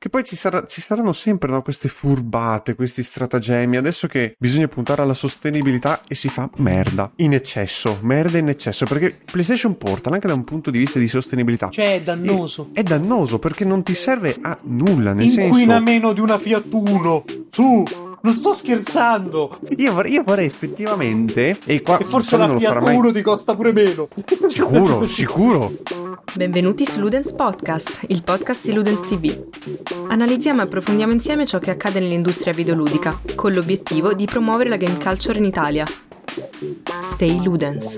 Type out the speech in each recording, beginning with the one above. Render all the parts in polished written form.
Che poi ci saranno sempre, no, queste furbate, questi stratagemmi. Adesso che bisogna puntare alla sostenibilità e si fa merda in eccesso, perché PlayStation Portal, anche da un punto di vista di sostenibilità, cioè è dannoso. È dannoso perché non ti serve a nulla, nel Inquina senso... meno di una Fiat Uno. Su, non sto scherzando. Io vorrei effettivamente... E forse la Fiat Uno ti costa pure meno. Sicuro. Benvenuti su Ludens Podcast, il podcast di Ludens TV. Analizziamo e approfondiamo insieme ciò che accade nell'industria videoludica, con l'obiettivo di promuovere la game culture in Italia. Stay Ludens.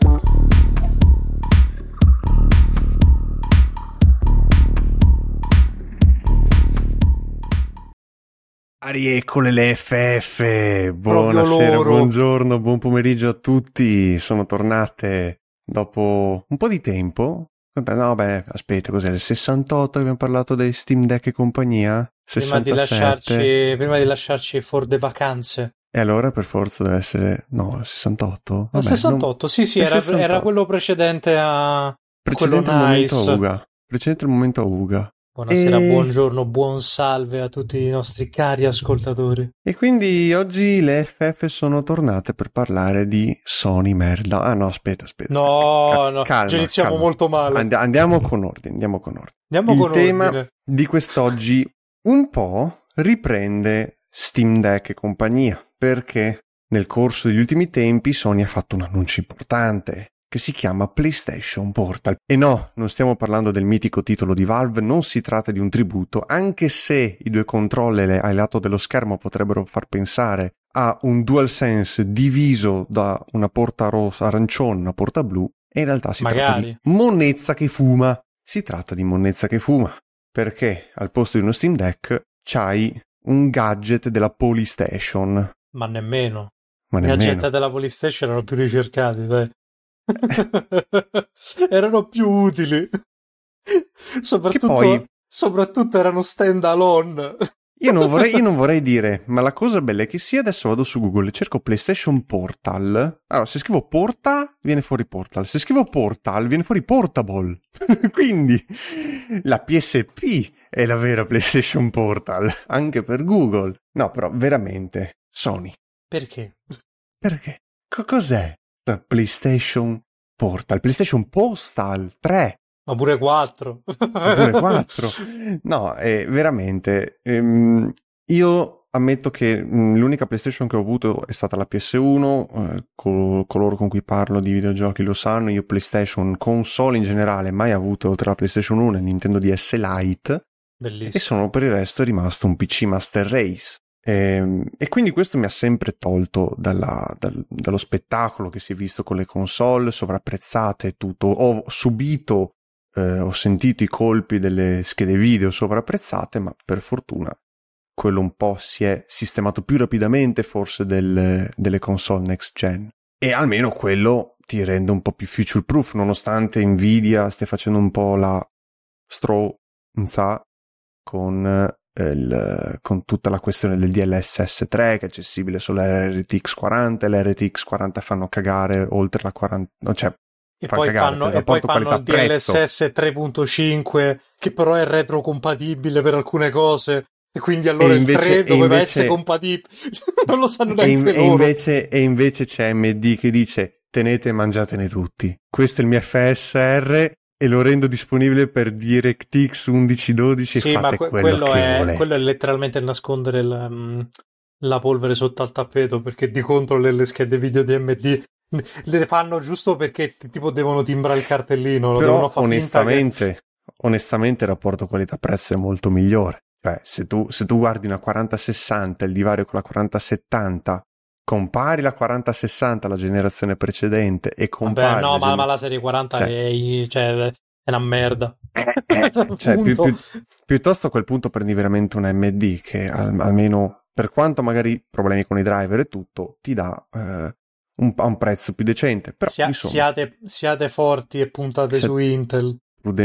Eccole le FF, buonasera, buongiorno, buon pomeriggio a tutti, sono tornate dopo un po' di tempo. No, aspetta, cos'è? Il 68 che abbiamo parlato dei Steam Deck e compagnia? 67. Prima di lasciarci for the vacanze. E allora per forza deve essere... No, il 68? Il 68, sì, era quello precedente a... Precedente al momento a Uga. Precedente al momento a Uga. Buonasera, buongiorno, buon salve a tutti i nostri cari ascoltatori. E quindi oggi le FF sono tornate per parlare di Sony merda. Ah no, aspetta. No, calma, già iniziamo calma. molto male. Andiamo con ordine. Il tema di quest'oggi un po' riprende Steam Deck e compagnia, perché nel corso degli ultimi tempi Sony ha fatto un annuncio importante che si chiama PlayStation Portal. E no, non stiamo parlando del mitico titolo di Valve, non si tratta di un tributo, anche se i due controller ai lato dello schermo potrebbero far pensare a un DualSense diviso da una porta rossa arancione e una porta blu, e in realtà si tratta di monnezza che fuma. Si tratta di monnezza che fuma, perché al posto di uno Steam Deck c'hai un gadget della Polystation. Ma nemmeno. I gadget della Polystation erano più ricercati, dai. Erano più utili, soprattutto erano stand alone. Io non vorrei dire, ma la cosa bella è che sì, adesso vado su Google e cerco PlayStation Portal. Allora, se scrivo Porta viene fuori Portal, se scrivo Portal viene fuori Portable. Quindi la PSP è la vera PlayStation Portal, anche per Google. No, però veramente Sony, perché? Cos'è PlayStation Portal? PlayStation Postal 3, ma pure 4. No, veramente io ammetto che l'unica PlayStation che ho avuto è stata la PS1, coloro con cui parlo di videogiochi lo sanno. Io PlayStation console in generale mai avuto, oltre alla PlayStation 1 e Nintendo DS Lite. Bellissimo. E sono per il resto rimasto un PC Master Race. E quindi questo mi ha sempre tolto dallo spettacolo che si è visto con le console sovrapprezzate e tutto. Ho sentito i colpi delle schede video sovrapprezzate, ma per fortuna quello un po' si è sistemato più rapidamente forse delle console next gen. E almeno quello ti rende un po' più future proof, nonostante Nvidia stia facendo un po' la stronza con tutta la questione del DLSS 3 che è accessibile solo RTX 40, e le RTX 40 fanno cagare oltre la 40, cioè e poi fanno il DLSS 3.5 che però è retrocompatibile per alcune cose, e quindi allora il 3 doveva essere compatibile. Non lo sanno neanche loro. E invece c'è AMD che dice tenete e mangiatene tutti, questo è il mio FSR e lo rendo disponibile per DirectX 1112 sì, e fate quello che volete. Quello è letteralmente il nascondere la polvere sotto al tappeto, perché di contro le schede video di AMD le fanno giusto perché tipo devono timbrare il cartellino. Però onestamente il rapporto qualità-prezzo è molto migliore. Cioè se tu guardi una 4060 il divario con la 4070, compari la 4060 alla generazione precedente e compari... Vabbè, no, ma la serie 40 è una merda. Cioè, piuttosto a quel punto prendi veramente un AMD che almeno, per quanto magari problemi con i driver e tutto, ti dà un prezzo più decente. Però, siate forti e puntate su Intel.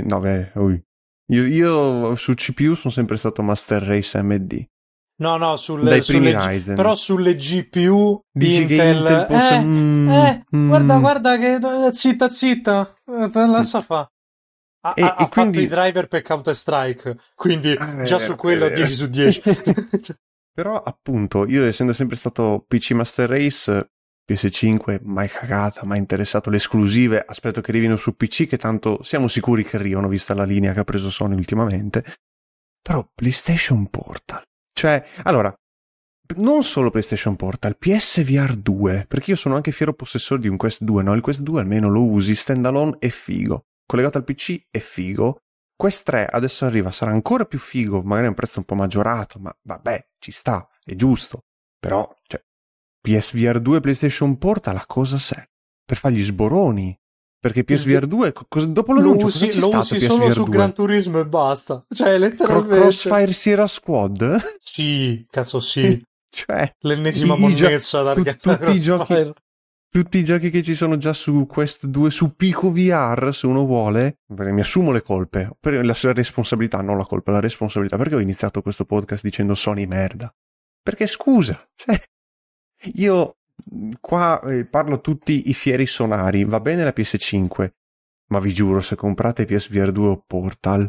Io su CPU sono sempre stato Master Race AMD. No, dai primi Ryzen. Però sulle GPU dici Intel, che Intel guarda che zitta, lascia fa. Ha quindi... fatto i driver per Counter-Strike, quindi già su quello 10 su 10. Però appunto, io essendo sempre stato PC Master Race, PS5 mai cagata, mai interessato, le esclusive aspetto che arrivino su PC, che tanto siamo sicuri che arrivano vista la linea che ha preso Sony ultimamente. Però PlayStation Portal, cioè, allora, non solo PlayStation Portal, PSVR 2, perché io sono anche fiero possessore di un Quest 2, no? Il Quest 2 almeno lo usi, standalone è figo, collegato al PC è figo. Quest 3 adesso arriva, sarà ancora più figo, magari a un prezzo un po' maggiorato, ma vabbè, ci sta, è giusto. Però, cioè, PSVR 2 e PlayStation Portal a cosa serve? Per fare gli sboroni? Perché PSVR 2, dopo l'annuncio, cosa c'è stato PSVR 2? Lo usi solo su Gran Turismo e basta. Cioè, letteralmente... Crossfire Sierra Squad? Sì, cazzo sì. Cioè, l'ennesima monnezza targata Crossfire. Tutti i giochi che ci sono già su Quest 2, su Pico VR, se uno vuole, perché mi assumo le colpe, per la sua responsabilità, non la colpa, la responsabilità, perché ho iniziato questo podcast dicendo Sony merda. Perché scusa, cioè, io qua parlo tutti i fieri sonari, va bene la PS5, ma vi giuro, se comprate PSVR 2 o Portal,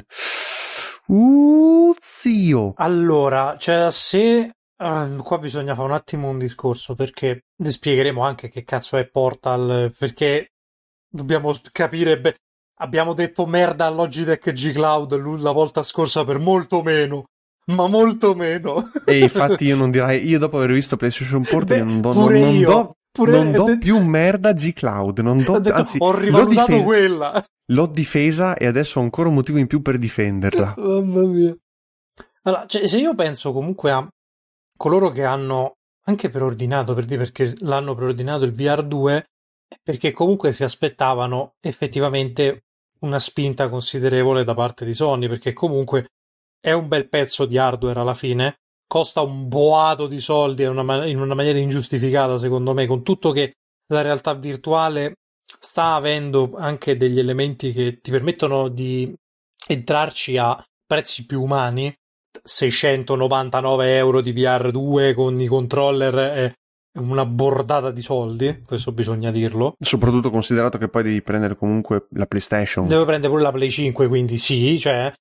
zio! Allora, cioè, se... qua bisogna fare un attimo un discorso, perché ne spiegheremo anche che cazzo è Portal, perché dobbiamo capire abbiamo detto merda a Logitech G Cloud la volta scorsa per molto meno, ma molto meno. E infatti io non direi, io dopo aver visto PlayStation Portal non do più merda a G Cloud, anzi ho rivalutato quella. L'ho difesa e adesso ho ancora un motivo in più per difenderla. Mamma mia. Allora, cioè, se io penso comunque a coloro che hanno anche preordinato, per dire, perché l'hanno preordinato il VR 2, perché comunque si aspettavano effettivamente una spinta considerevole da parte di Sony, perché comunque è un bel pezzo di hardware alla fine, costa un boato di soldi in una maniera ingiustificata secondo me, con tutto che la realtà virtuale sta avendo anche degli elementi che ti permettono di entrarci a prezzi più umani. 699 euro di VR2 con i controller è una bordata di soldi, questo bisogna dirlo, soprattutto considerato che poi devi prendere comunque la PlayStation, devo prendere pure la Play 5, quindi sì, cioè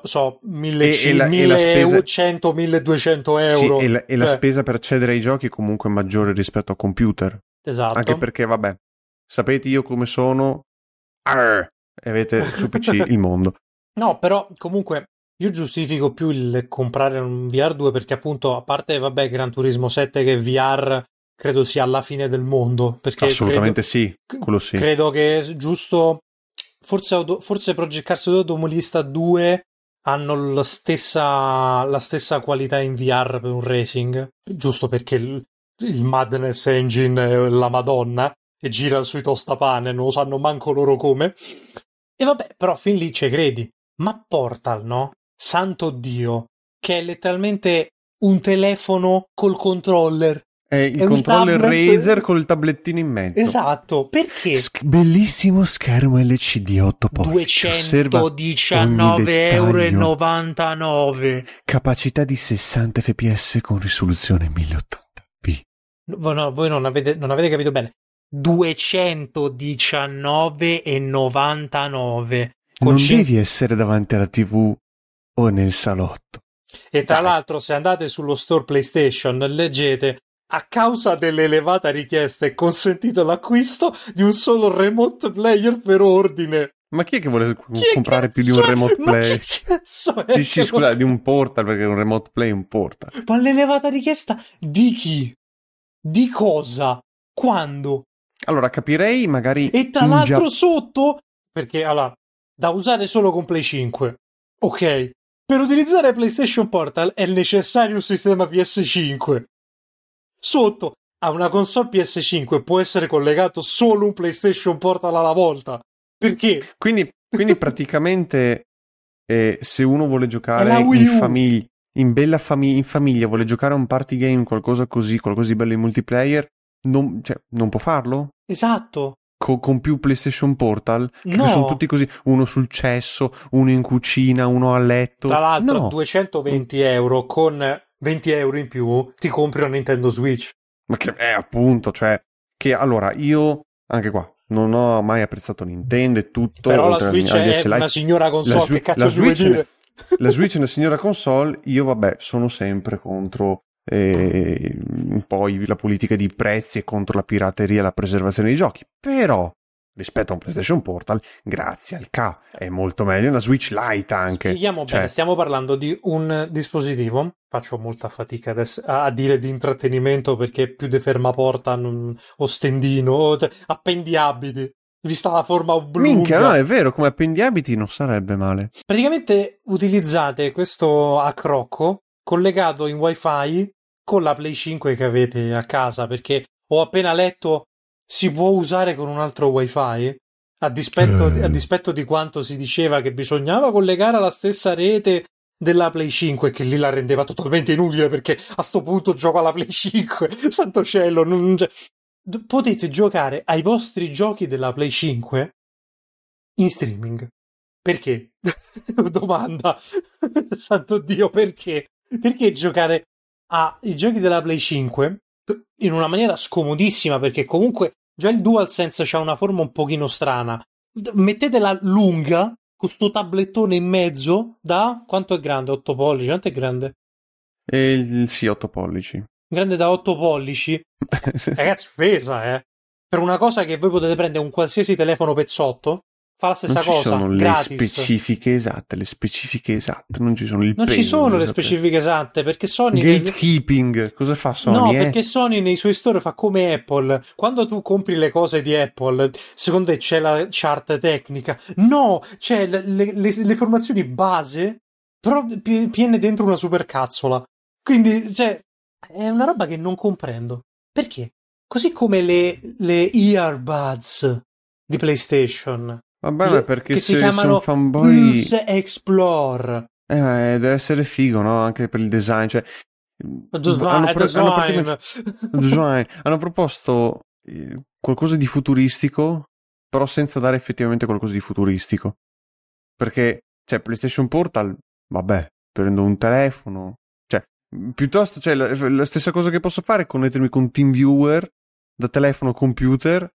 1.100-1.200 euro, sì, e la spesa per accedere ai giochi è comunque maggiore rispetto a computer, esatto, anche perché vabbè, sapete io come sono, e avete su PC il mondo. No, però comunque io giustifico più il comprare un VR 2 perché appunto, a parte vabbè Gran Turismo 7 che VR credo sia alla fine del mondo, perché assolutamente sì, quello sì. Credo che è giusto, forse Project Cars Automobilista 2 hanno la stessa qualità in VR per un racing, giusto perché il Madness Engine è la Madonna e gira sui tostapane, non lo sanno manco loro come. E vabbè, però fin lì ci credi. Ma Portal, no? Santo Dio, che è letteralmente un telefono col controller. Il controller Razer col tablettino in mezzo. Esatto, perché? Bellissimo schermo LCD 8 pollici. 219,99 €. Capacità di 60 fps con risoluzione 1080p. No, voi non avete capito bene. 219,99. Non devi essere davanti alla TV o nel salotto. E tra l'altro, se andate sullo store PlayStation, leggete: a causa dell'elevata richiesta è consentito l'acquisto di un solo remote player per ordine. Ma chi è che vuole comprare più di un remote play? Ma che cazzo è? Sì, scusa, di un portal, perché un remote play è un portal. Ma l'elevata richiesta di chi? Di cosa? Quando? Allora, capirei magari... E tra l'altro sotto, perché allora, da usare solo con Play 5, ok. Per utilizzare PlayStation Portal è necessario un sistema PS5. Sotto, a una console PS5 può essere collegato solo un PlayStation Portal alla volta. Perché? Quindi praticamente se uno vuole giocare in famiglia, vuole giocare a un party game, qualcosa di bello in multiplayer, non può farlo? Esatto. Con più PlayStation Portal? No. Che sono tutti così, uno sul cesso, uno in cucina, uno a letto. Tra l'altro, no. 220 euro con 20 euro in più ti compri una Nintendo Switch. Ma che è appunto, cioè, che allora io, anche qua, non ho mai apprezzato Nintendo e tutto. Però la Switch è una signora console, che cazzo ci vuoi dire? La Switch è una signora console, io vabbè sono sempre contro poi la politica di prezzi e contro la pirateria e la preservazione dei giochi, però rispetto a un PlayStation Portal, grazie al K, è molto meglio una Switch Lite anche. Spieghiamo bene, stiamo parlando di un dispositivo, faccio molta fatica adesso a dire di intrattenimento perché più di fermaporta o stendino o appendiabiti, vista la forma oblunga. Minchia, no, è vero, come appendiabiti non sarebbe male. Praticamente utilizzate questo accrocco collegato in Wi-Fi con la Play 5 che avete a casa, perché ho appena letto si può usare con un altro Wi-Fi, a dispetto di quanto si diceva che bisognava collegare alla stessa rete della Play 5, che lì la rendeva totalmente inutile, perché a sto punto gioco alla Play 5, santo cielo, potete giocare ai vostri giochi della Play 5 in streaming. Perché? Domanda. Santo Dio, perché? Perché giocare ai giochi della Play 5 in una maniera scomodissima, perché comunque già il DualSense c'ha una forma un pochino strana. Mettetela lunga con sto tablettone in mezzo da quanto è grande? 8 pollici? Quanto è grande? Sì, 8 pollici. Grande da 8 pollici? Ragazzi, pesa, per una cosa che voi potete prendere un qualsiasi telefono pezzotto, fa la stessa cosa, non ci sono gratis. le specifiche esatte, non ci sono il Non ci sono le specifiche esatte, perché Sony... Gatekeeping, cosa fa Sony? No, perché Sony nei suoi store fa come Apple. Quando tu compri le cose di Apple, secondo te c'è la chart tecnica? No, c'è le informazioni base, però piene dentro una supercazzola. Quindi, è una roba che non comprendo. Perché? Così come le earbuds di PlayStation. Vabbè, ma perché che se si chiamano sono fanboy... Pulse Explore. Deve essere figo, no? Anche per il design, cioè... hanno proposto qualcosa di futuristico, però senza dare effettivamente qualcosa di futuristico. Perché, PlayStation Portal, vabbè, prendo un telefono, piuttosto, la stessa cosa che posso fare è connettermi con TeamViewer da telefono computer.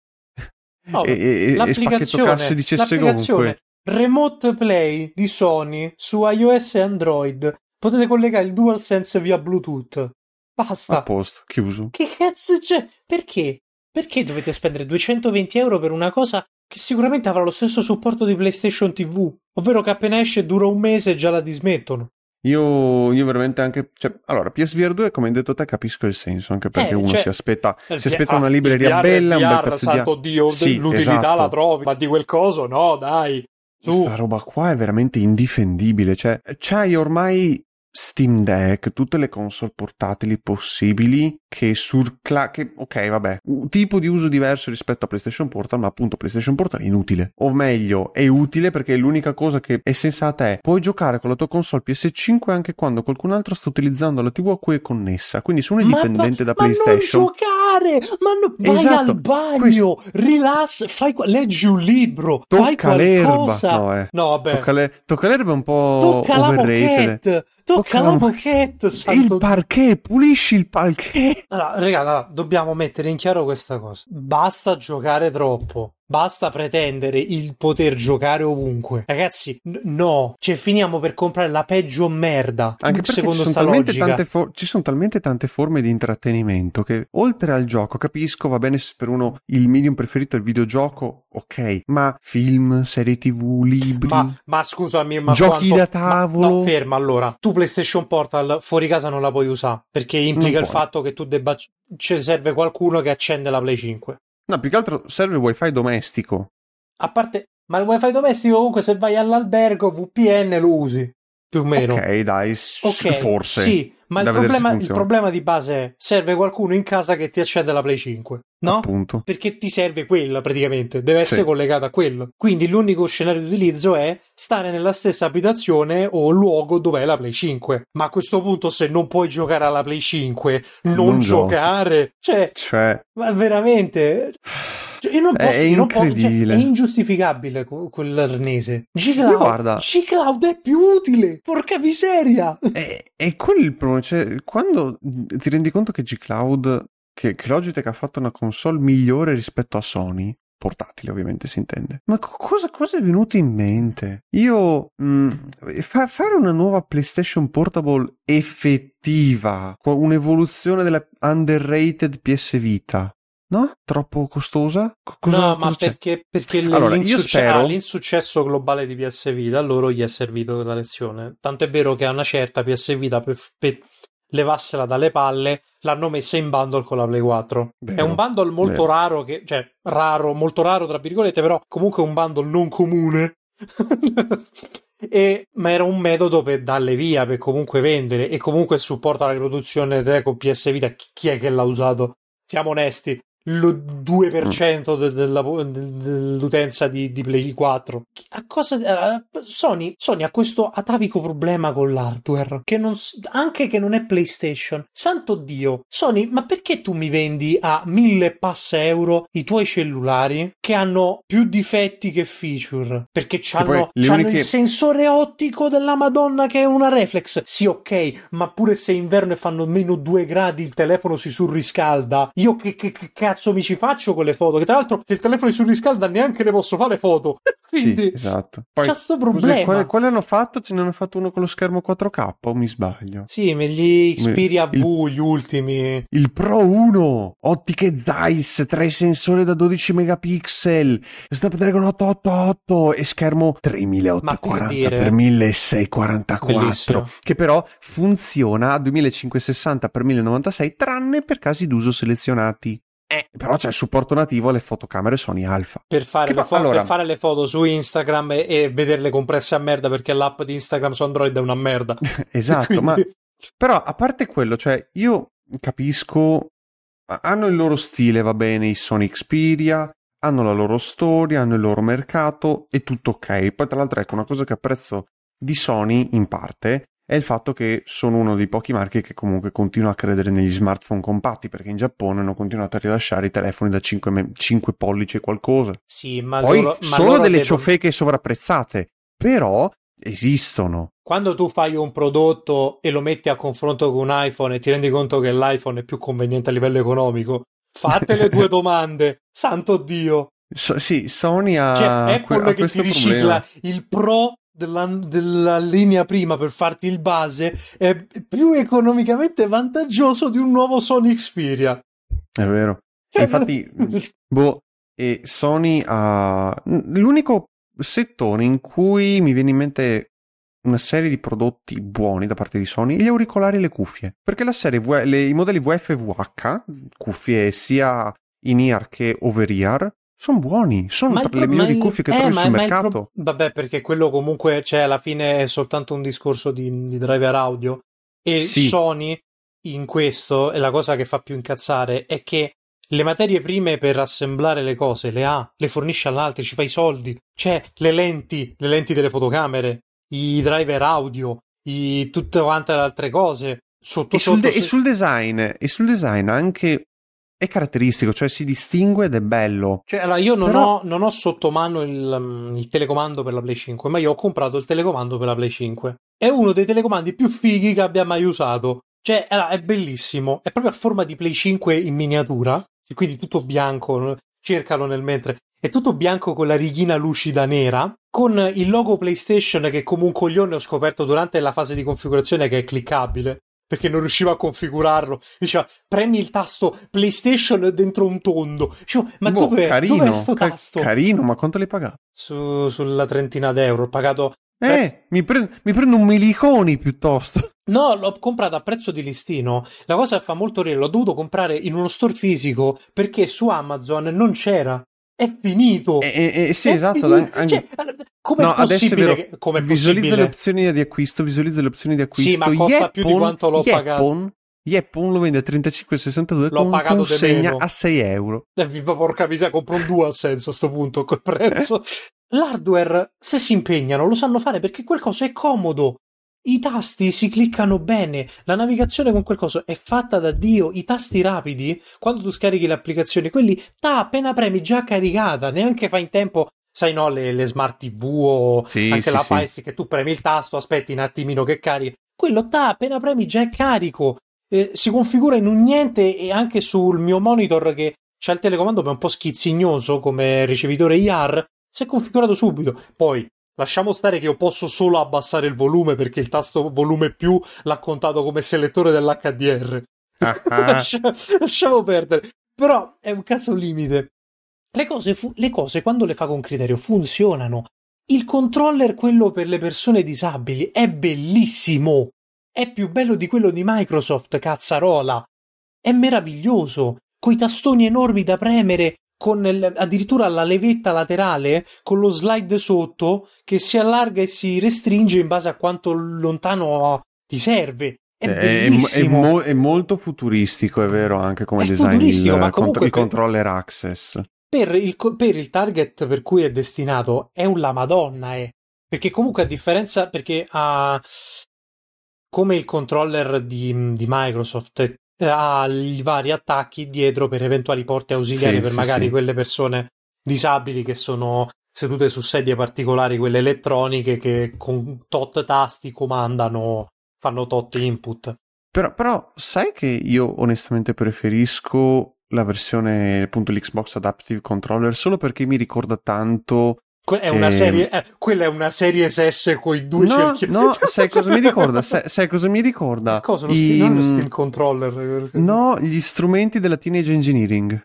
E spacchetto casse di CS comunque. Remote Play di Sony su iOS e Android. Potete collegare il DualSense via Bluetooth. Basta. A posto, chiuso. Che cazzo c'è? Perché? Perché dovete spendere 220 euro per una cosa che sicuramente avrà lo stesso supporto di PlayStation TV? Ovvero che appena esce dura un mese e già la dismettono. Io veramente anche... allora, PSVR 2, come hai detto te, capisco il senso, anche perché uno si aspetta una libreria bella, un bel pezzo santo Dio, sì, l'utilità esatto. La trovi, ma di quel coso no, dai. Questa roba qua è veramente indifendibile, c'hai ormai Steam Deck, tutte le console portatili possibili che ok, vabbè, un tipo di uso diverso rispetto a PlayStation Portal, ma appunto PlayStation Portal è inutile, o meglio è utile perché l'unica cosa che è sensata è puoi giocare con la tua console PS5 anche quando qualcun altro sta utilizzando la TV a cui è connessa, quindi se uno è dipendente da PlayStation, ma non giocare, vai al bagno, rilassa, leggi un libro, fai qualcosa. No, vabbè, tocca l'erba è un po' overrated. Tocca la moquette, il parquet, pulisci il parquet. Allora, raga, dobbiamo mettere in chiaro questa cosa. Basta giocare troppo. Basta pretendere il poter giocare ovunque. Ragazzi, no. Finiamo per comprare la peggio merda. Anche perché secondo sta logica. Ci sono talmente tante forme di intrattenimento che oltre al gioco, capisco, va bene se per uno il medium preferito è il videogioco, ok. Ma film, serie TV, libri... Ma scusami, ma giochi da tavolo... No, ferma, allora. Tu PlayStation Portal fuori casa non la puoi usare, perché implica il fatto che tu debba... ci serve qualcuno che accende la Play 5. No, più che altro serve il wifi domestico. A parte, ma il wifi domestico comunque se vai all'albergo VPN lo usi, più o meno. Ok, dai, forse. Sì, ma il problema di base è serve qualcuno in casa che ti accende la Play 5, no? Appunto. Perché ti serve quella praticamente, deve essere collegata a quello. Quindi l'unico scenario di utilizzo è stare nella stessa abitazione o luogo dove è la Play 5. Ma a questo punto se non puoi giocare alla Play 5, non giocare. Ma veramente... Io non posso, è ingiustificabile quell'arnese. G-Cloud è più utile, porca miseria. È quello il problema, quando ti rendi conto che G-Cloud, che Logitech ha fatto una console migliore rispetto a Sony, portatile ovviamente si intende. Ma cosa è venuto in mente? Io fare una nuova PlayStation Portable effettiva, un'evoluzione della underrated PS Vita. No? Troppo costosa? No, ma perché allora, l'insuccesso globale di PS Vita a loro gli è servito da lezione. Tanto è vero che a una certa PS Vita per levarsela dalle palle l'hanno messa in bundle con la Play 4. È un bundle molto raro, molto raro tra virgolette, però comunque un bundle non comune. Ma era un metodo per darle via, per comunque vendere, e comunque supporta la riproduzione con PS Vita. Chi è che l'ha usato? Siamo onesti. Lo 2% dell'utenza di Play 4. Sony ha questo atavico problema con l'hardware, che anche che non è PlayStation. Santo Dio, Sony, ma perché tu mi vendi a 1000 passa euro i tuoi cellulari che hanno più difetti che feature? Perché c'hanno il sensore ottico della Madonna che è una reflex. Sì, ok, ma pure se è inverno e fanno meno 2 gradi il telefono si surriscalda. Io che cazzo mi ci faccio con le foto? Che tra l'altro se il telefono si surriscalda neanche ne posso fare foto. Quindi sì, esatto. Poi, c'è sto problema. Quale hanno fatto? Ce ne hanno fatto uno con lo schermo 4K o mi sbaglio? Sì, gli Xperia V, gli ultimi. Il Pro 1, ottiche Zeiss, 3 sensori da 12 megapixel, Snapdragon 888 e schermo 3840x1644, bellissimo. Che però funziona a 2560x1096 tranne per casi d'uso selezionati. Però c'è il supporto nativo alle fotocamere Sony Alpha. Per fare le foto su Instagram e vederle compresse a merda perché l'app di Instagram su Android è una merda. Esatto, quindi... ma però a parte quello, cioè io capisco, hanno il loro stile, va bene, i Sony Xperia, hanno la loro storia, hanno il loro mercato e tutto ok. Poi tra l'altro ecco, una cosa che apprezzo di Sony in parte è il fatto che sono uno dei pochi marchi che comunque continua a credere negli smartphone compatti, perché in Giappone hanno continuato a rilasciare i telefoni da 5 pollici e qualcosa. Sì, ma poi sono delle ciofeche sovrapprezzate, però esistono. Quando tu fai un prodotto e lo metti a confronto con un iPhone e ti rendi conto che l'iPhone è più conveniente a livello economico, fate le due domande. Santo Dio. Sì, Sony ha Apple che ti ricicla il Pro della linea prima per farti il base è più economicamente vantaggioso di un nuovo Sony Xperia. È vero. Infatti Sony ha l'unico settore in cui mi viene in mente una serie di prodotti buoni da parte di Sony, gli auricolari e le cuffie, perché la serie i modelli VF-VH, cuffie sia in ear che over ear, sono buoni, sono tra le migliori cuffie che trovi sul mercato. Vabbè, perché quello comunque, cioè, alla fine è soltanto un discorso di driver audio. E sì. Sony, in questo, e la cosa che fa più incazzare, è che le materie prime per assemblare le cose le fornisce all'altro, ci fa i soldi. Cioè, le lenti delle fotocamere, i driver audio, tutte quante le altre cose. E sul design anche... è caratteristico, cioè si distingue ed è bello. Cioè, allora io non ho sotto mano il telecomando per la Play 5, ma io ho comprato il telecomando per la Play 5. È uno dei telecomandi più fighi che abbia mai usato. Cioè, è bellissimo. È proprio a forma di Play 5 in miniatura, e quindi tutto bianco, cercalo nel mentre. È tutto bianco con la righina lucida nera, con il logo PlayStation che come un coglione ho scoperto durante la fase di configurazione che è cliccabile. Perché non riuscivo a configurarlo. Diceva, premi il tasto PlayStation dentro un tondo. Dicevo, ma dov'è sto tasto? Carino, ma quanto l'hai pagato? Sulla trentina d'euro. Ho pagato... mi prendo un miliconi piuttosto. No, l'ho comprato a prezzo di listino. La cosa che fa molto ridere, l'ho dovuto comprare in uno store fisico perché su Amazon non c'era. È finito. Sì, esatto. Cioè, come è possibile? Visualizza le opzioni di acquisto. Sì, ma costa più di quanto l'ho pagato. Yeppon lo vende a 35,62 con consegna a 6 euro. Porca miseria, compro un DualSense a sto punto, quel prezzo. L'hardware, se si impegnano, lo sanno fare perché quel coso è comodo. I tasti si cliccano bene, la navigazione con quel coso è fatta da Dio, i tasti rapidi, quando tu scarichi le applicazioni, quelli, appena premi già caricata, neanche fai in tempo, sai no, le smart TV o anche la Fire Stick, che tu premi il tasto, aspetti un attimino che carichi, quello appena premi già è carico, si configura in un niente e anche sul mio monitor che c'ha il telecomando ma è un po' schizzignoso come ricevitore IR, si è configurato subito. Poi lasciamo stare che io posso solo abbassare il volume perché il tasto volume più l'ha contato come selettore dell'HDR. Lasciamo perdere. Però è un caso limite. Le cose quando le fa con criterio funzionano. Il controller, quello per le persone disabili, è bellissimo. È più bello di quello di Microsoft, cazzarola. È meraviglioso. Coi tastoni enormi da premere, con addirittura la levetta laterale, con lo slide sotto, che si allarga e si restringe in base a quanto lontano ti serve. È bellissimo. È molto futuristico, è vero, anche come design il controller access. Per il target per cui è destinato è la Madonna, perché comunque a differenza, perché ha come il controller di Microsoft ha i vari attacchi dietro per eventuali porte ausiliari per magari quelle persone disabili che sono sedute su sedie particolari, quelle elettroniche che con tot tasti comandano, fanno tot input. Però sai che io onestamente preferisco la versione appunto l'Xbox Adaptive Controller solo perché mi ricorda tanto è una serie quella è una serie S con i due cerchi. No, sai cosa mi ricorda? Sai cosa mi ricorda? Cosa? Non lo Steam Controller? No, gli strumenti della Teenage Engineering.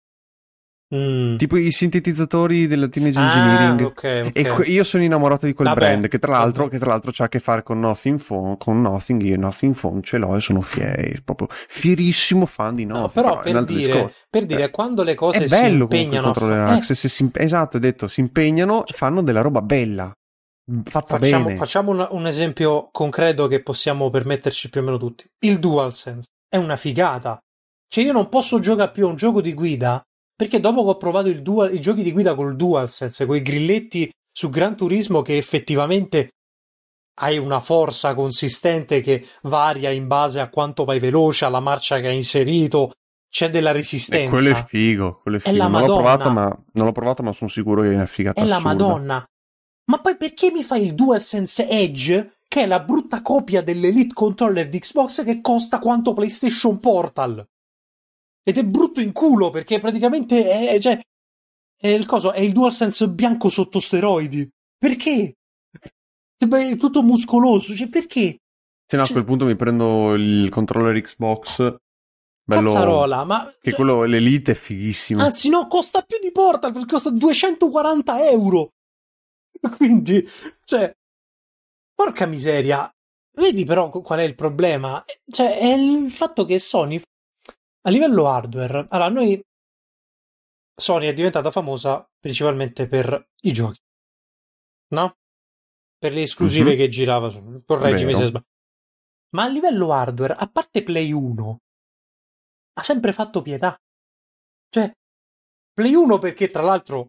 Tipo i sintetizzatori della Teenage Engineering. Okay. E io sono innamorato di quel brand che tra l'altro c'ha a che fare con Nothing Phone, io Nothing Phone ce l'ho e sono proprio fierissimo fan di Nothing. No, però per dire quando le cose si impegnano esatto, hai detto, si impegnano, fanno della roba bella. Bene. Facciamo un esempio concreto che possiamo permetterci più o meno tutti. Il DualSense è una figata. Cioè io non posso giocare più a un gioco di guida perché dopo che ho provato i giochi di guida col DualSense, con i grilletti su Gran Turismo, che effettivamente hai una forza consistente che varia in base a quanto vai veloce, alla marcia che hai inserito, c'è della resistenza. Quello è figo. È la Madonna. Non l'ho provato, ma sono sicuro che è una figata assurda. È la Madonna. Ma poi perché mi fai il DualSense Edge, che è la brutta copia dell'Elite Controller di Xbox che costa quanto PlayStation Portal? Ed è brutto in culo perché praticamente è il DualSense bianco sotto steroidi. Perché? È tutto muscoloso, perché? Se no, a quel punto mi prendo il controller Xbox bello, cazzarola, ma che quello l'Elite è fighissimo. Anzi no, costa più di Portal perché costa 240 euro. Quindi, porca miseria. Vedi però qual è il problema? È il fatto che Sony a livello hardware, allora Sony è diventata famosa principalmente per i giochi, no? Per le esclusive che girava su. Correggimi se sbaglio. Ma a livello hardware, a parte Play 1, ha sempre fatto pietà. Play 1 perché tra l'altro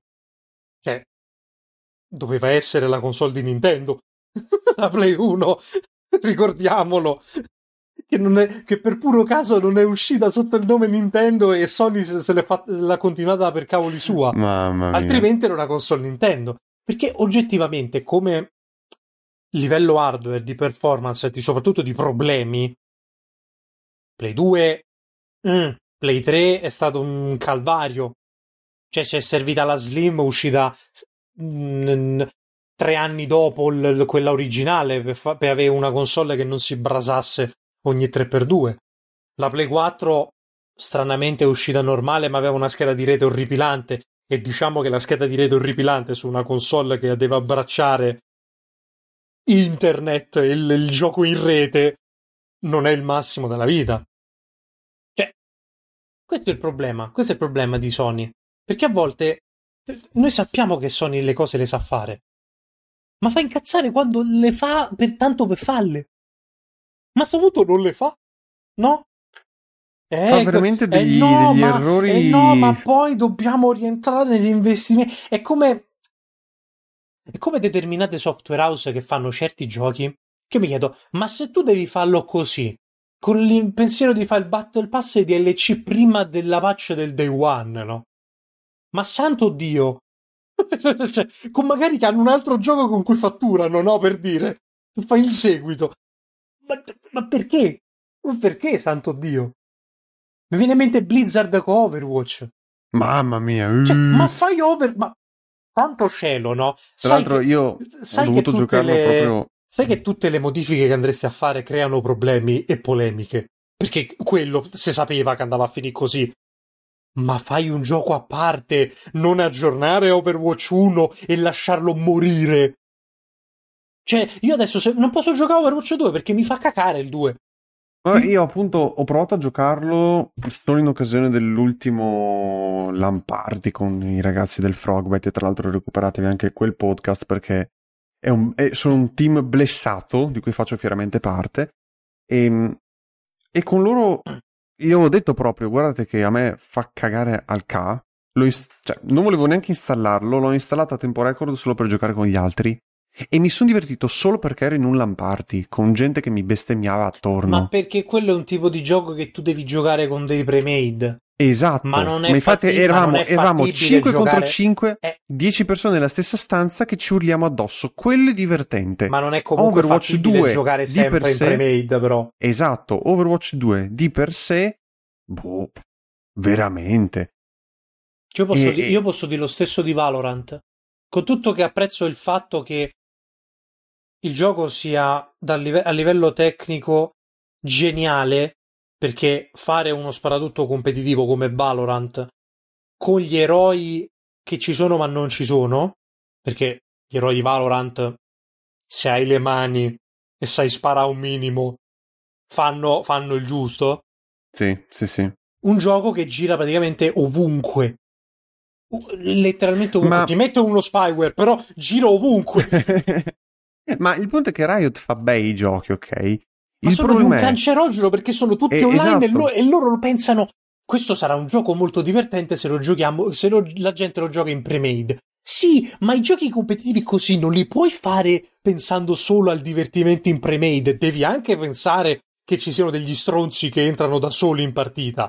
doveva essere la console di Nintendo. La Play 1, ricordiamolo. Che per puro caso non è uscita sotto il nome Nintendo e Sony l'ha continuata per cavoli sua. Mamma mia. Altrimenti era una console Nintendo. Perché oggettivamente come livello hardware di performance e soprattutto di problemi, Play 2, Play 3 è stato un calvario. Si è servita la Slim uscita 3 anni dopo quella originale per avere una console che non si brasasse ogni 3x2. La Play 4 stranamente è uscita normale ma aveva una scheda di rete orripilante e diciamo che la scheda di rete orripilante su una console che deve abbracciare internet e il gioco in rete non è il massimo della vita. Questo è il problema di Sony, perché a volte noi sappiamo che Sony le cose le sa fare, ma fa incazzare quando le fa tanto per farle. Ma a sto punto non le fa, no? Fa veramente degli errori. No, ma poi dobbiamo rientrare negli investimenti. È come determinate software house che fanno certi giochi, che mi chiedo, ma se tu devi farlo così, con il pensiero di fare il Battle Pass e DLC prima della patch del Day One, no? Ma santo Dio! Con magari che hanno un altro gioco con cui fatturano, no? Per dire, fai il seguito. Ma perché? Ma perché, santo Dio? Mi viene in mente Blizzard con Overwatch. Mamma mia. Cioè, ma fai ma tanto cielo, no? Tra l'altro io ho dovuto giocarlo proprio... Sai che tutte le modifiche che andresti a fare creano problemi e polemiche? Perché quello si sapeva che andava a finire così. Ma fai un gioco a parte, non aggiornare Overwatch 1 e lasciarlo morire. Cioè, io adesso non posso giocare Overwatch 2 perché mi fa cacare il 2. Io appunto ho provato a giocarlo solo in occasione dell'ultimo LAN party con i ragazzi del Frogbite, e tra l'altro recuperatevi anche quel podcast perché sono un team blessato di cui faccio fieramente parte, e con loro io ho detto proprio, guardate che a me fa cagare al ca, cioè, non volevo neanche installarlo, l'ho installato a tempo record solo per giocare con gli altri. E mi sono divertito solo perché ero in un LAN party con gente che mi bestemmiava attorno. Ma perché quello è un tipo di gioco che tu devi giocare con dei pre-made. Esatto. Ma non è infatti eravamo 5 contro 5, 10 persone nella stessa stanza che ci urliamo addosso. Quello è divertente. Ma non è comunque Overwatch fattibile 2 giocare sempre in pre-made, però. Esatto. Overwatch 2 di per sé, veramente. Io posso dire lo stesso di Valorant. Con tutto che apprezzo il fatto che il gioco sia a livello tecnico geniale, perché fare uno sparatutto competitivo come Valorant con gli eroi che ci sono ma non ci sono, perché gli eroi di Valorant, se hai le mani e sai sparare un minimo, fanno il giusto. Sì. Un gioco che gira praticamente ovunque. Letteralmente ovunque. Ti metto uno spyware, però gira ovunque. Ma il punto è che Riot fa bei giochi, ok? Ma sono di un cancerogeno perché sono tutti online, esatto. e loro lo pensano. Questo sarà un gioco molto divertente se lo giochiamo, la gente lo gioca in pre-made. Sì, ma i giochi competitivi così non li puoi fare pensando solo al divertimento in pre-made. Devi anche pensare che ci siano degli stronzi che entrano da soli in partita.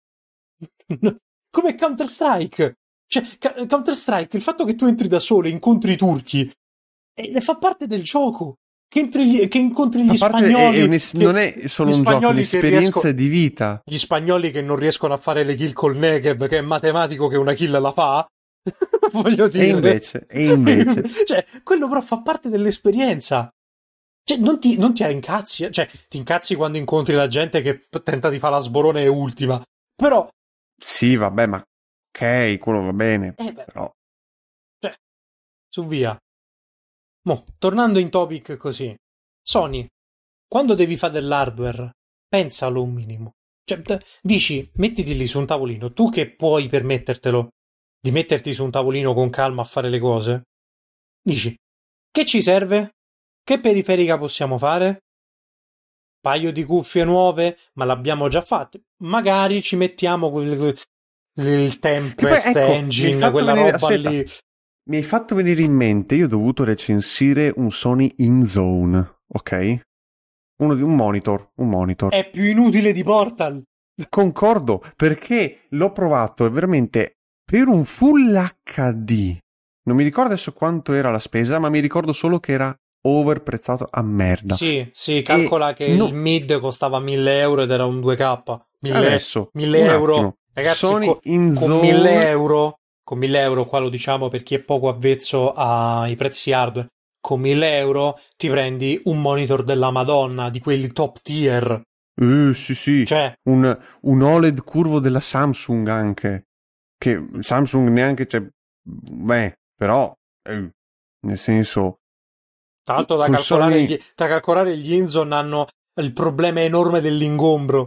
Come Counter-Strike. Cioè, Counter-Strike, il fatto che tu entri da solo e incontri i turchi fa parte del gioco. Che incontri gli spagnoli. Non è solo un gioco, è un'esperienza di vita. Gli spagnoli che non riescono a fare le kill col Negev, che è matematico che una kill la fa. Voglio dire. E invece. Cioè, quello però fa parte dell'esperienza. Cioè, non ti incazzi. Cioè, ti incazzi quando incontri la gente che tenta di fare la sborone e ultima. Però. Sì, vabbè, ma ok, quello va bene. Però. Cioè, su via. Tornando in topic così, Sony, quando devi fare dell'hardware, pensalo un minimo. Cioè, dici, mettiti lì su un tavolino, tu che puoi permettertelo di metterti su un tavolino con calma a fare le cose, dici, che ci serve? Che periferica possiamo fare? Paio di cuffie nuove, ma l'abbiamo già fatte. Magari ci mettiamo il Tempest Engine, quella roba lì. Mi hai fatto venire in mente, io ho dovuto recensire un Sony InZone, ok? Un monitor. È più inutile di Portal. Concordo, perché l'ho provato e veramente per un Full HD. Non mi ricordo adesso quanto era la spesa, ma mi ricordo solo che era overprezzato a merda. Sì, calcola che il mid costava 1.000 euro ed era un 2K. Adesso, 1.000 euro. Attimo. Ragazzi, Sony InZone... con 1.000 euro... Con 1.000 euro, qua lo diciamo per chi è poco avvezzo ai prezzi hardware, con 1.000 euro ti prendi un monitor della Madonna, di quelli top tier. Sì. Cioè, un OLED curvo della Samsung anche. Che Samsung neanche c'è... però... nel senso... Tra l'altro da calcolare gli InZone hanno il problema enorme dell'ingombro.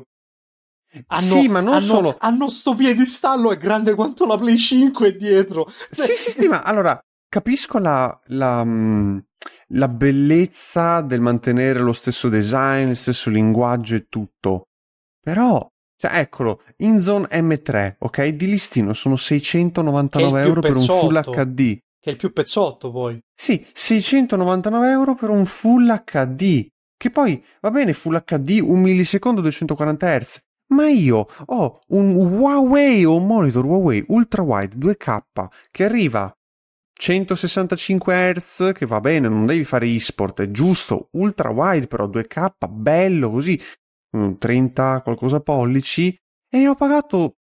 Ma non solo. Hanno sto piedistallo è grande quanto la Play 5 dietro. Sì, ma allora capisco la bellezza del mantenere lo stesso design, lo stesso linguaggio e tutto. Però, cioè, eccolo, InZone M3, ok? Di listino sono 699 euro per un Full HD. Che è il più pezzotto poi. Sì, 699 euro per un Full HD. Che poi, va bene, Full HD, 1 millisecondo, 240 Hz. Ma io ho un monitor Huawei ultra wide 2K che arriva 165 Hz, che va bene, non devi fare eSport, è giusto, ultra wide però 2K, bello così, 30 qualcosa pollici, e ne ho pagato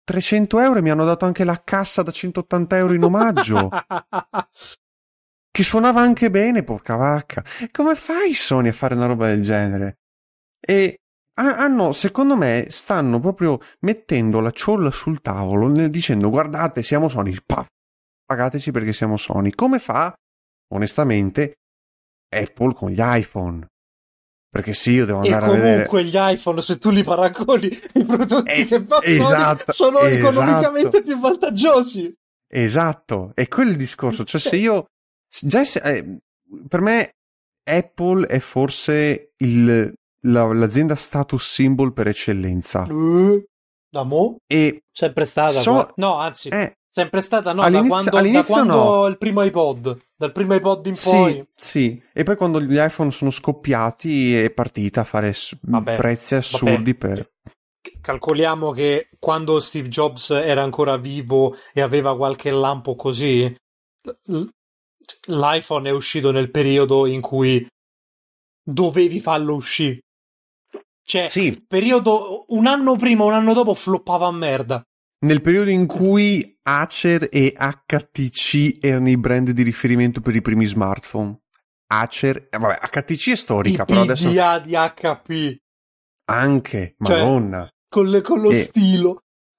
€300 e mi hanno dato anche la cassa da €180 in omaggio. Che suonava anche bene, porca vacca. Come fai Sony a fare una roba del genere? E secondo me, stanno proprio mettendo la ciolla sul tavolo dicendo guardate, siamo Sony, pagateci perché siamo Sony. Come fa, onestamente, Apple con gli iPhone? Perché sì, io devo andare a vedere... E comunque gli iPhone, se tu li paragoni, i prodotti che fanno sono economicamente più vantaggiosi. Esatto, è quello il discorso. Cioè, se io... per me Apple è forse l'azienda status symbol per eccellenza. Da mo? E sempre stata. No, anzi... Sempre stata, no, da quando no. il primo iPod, dal primo iPod in poi. Sì, e poi quando gli iPhone sono scoppiati è partita a fare prezzi assurdi per... Calcoliamo che quando Steve Jobs era ancora vivo e aveva qualche lampo così, l'iPhone è uscito nel periodo in cui dovevi farlo uscire. Cioè, periodo un anno prima, un anno dopo floppava a merda. Nel periodo in cui Acer e HTC erano i brand di riferimento per i primi smartphone. Acer, HTC è storica, però adesso... PDA di HP. Anche, madonna. Con lo stilo.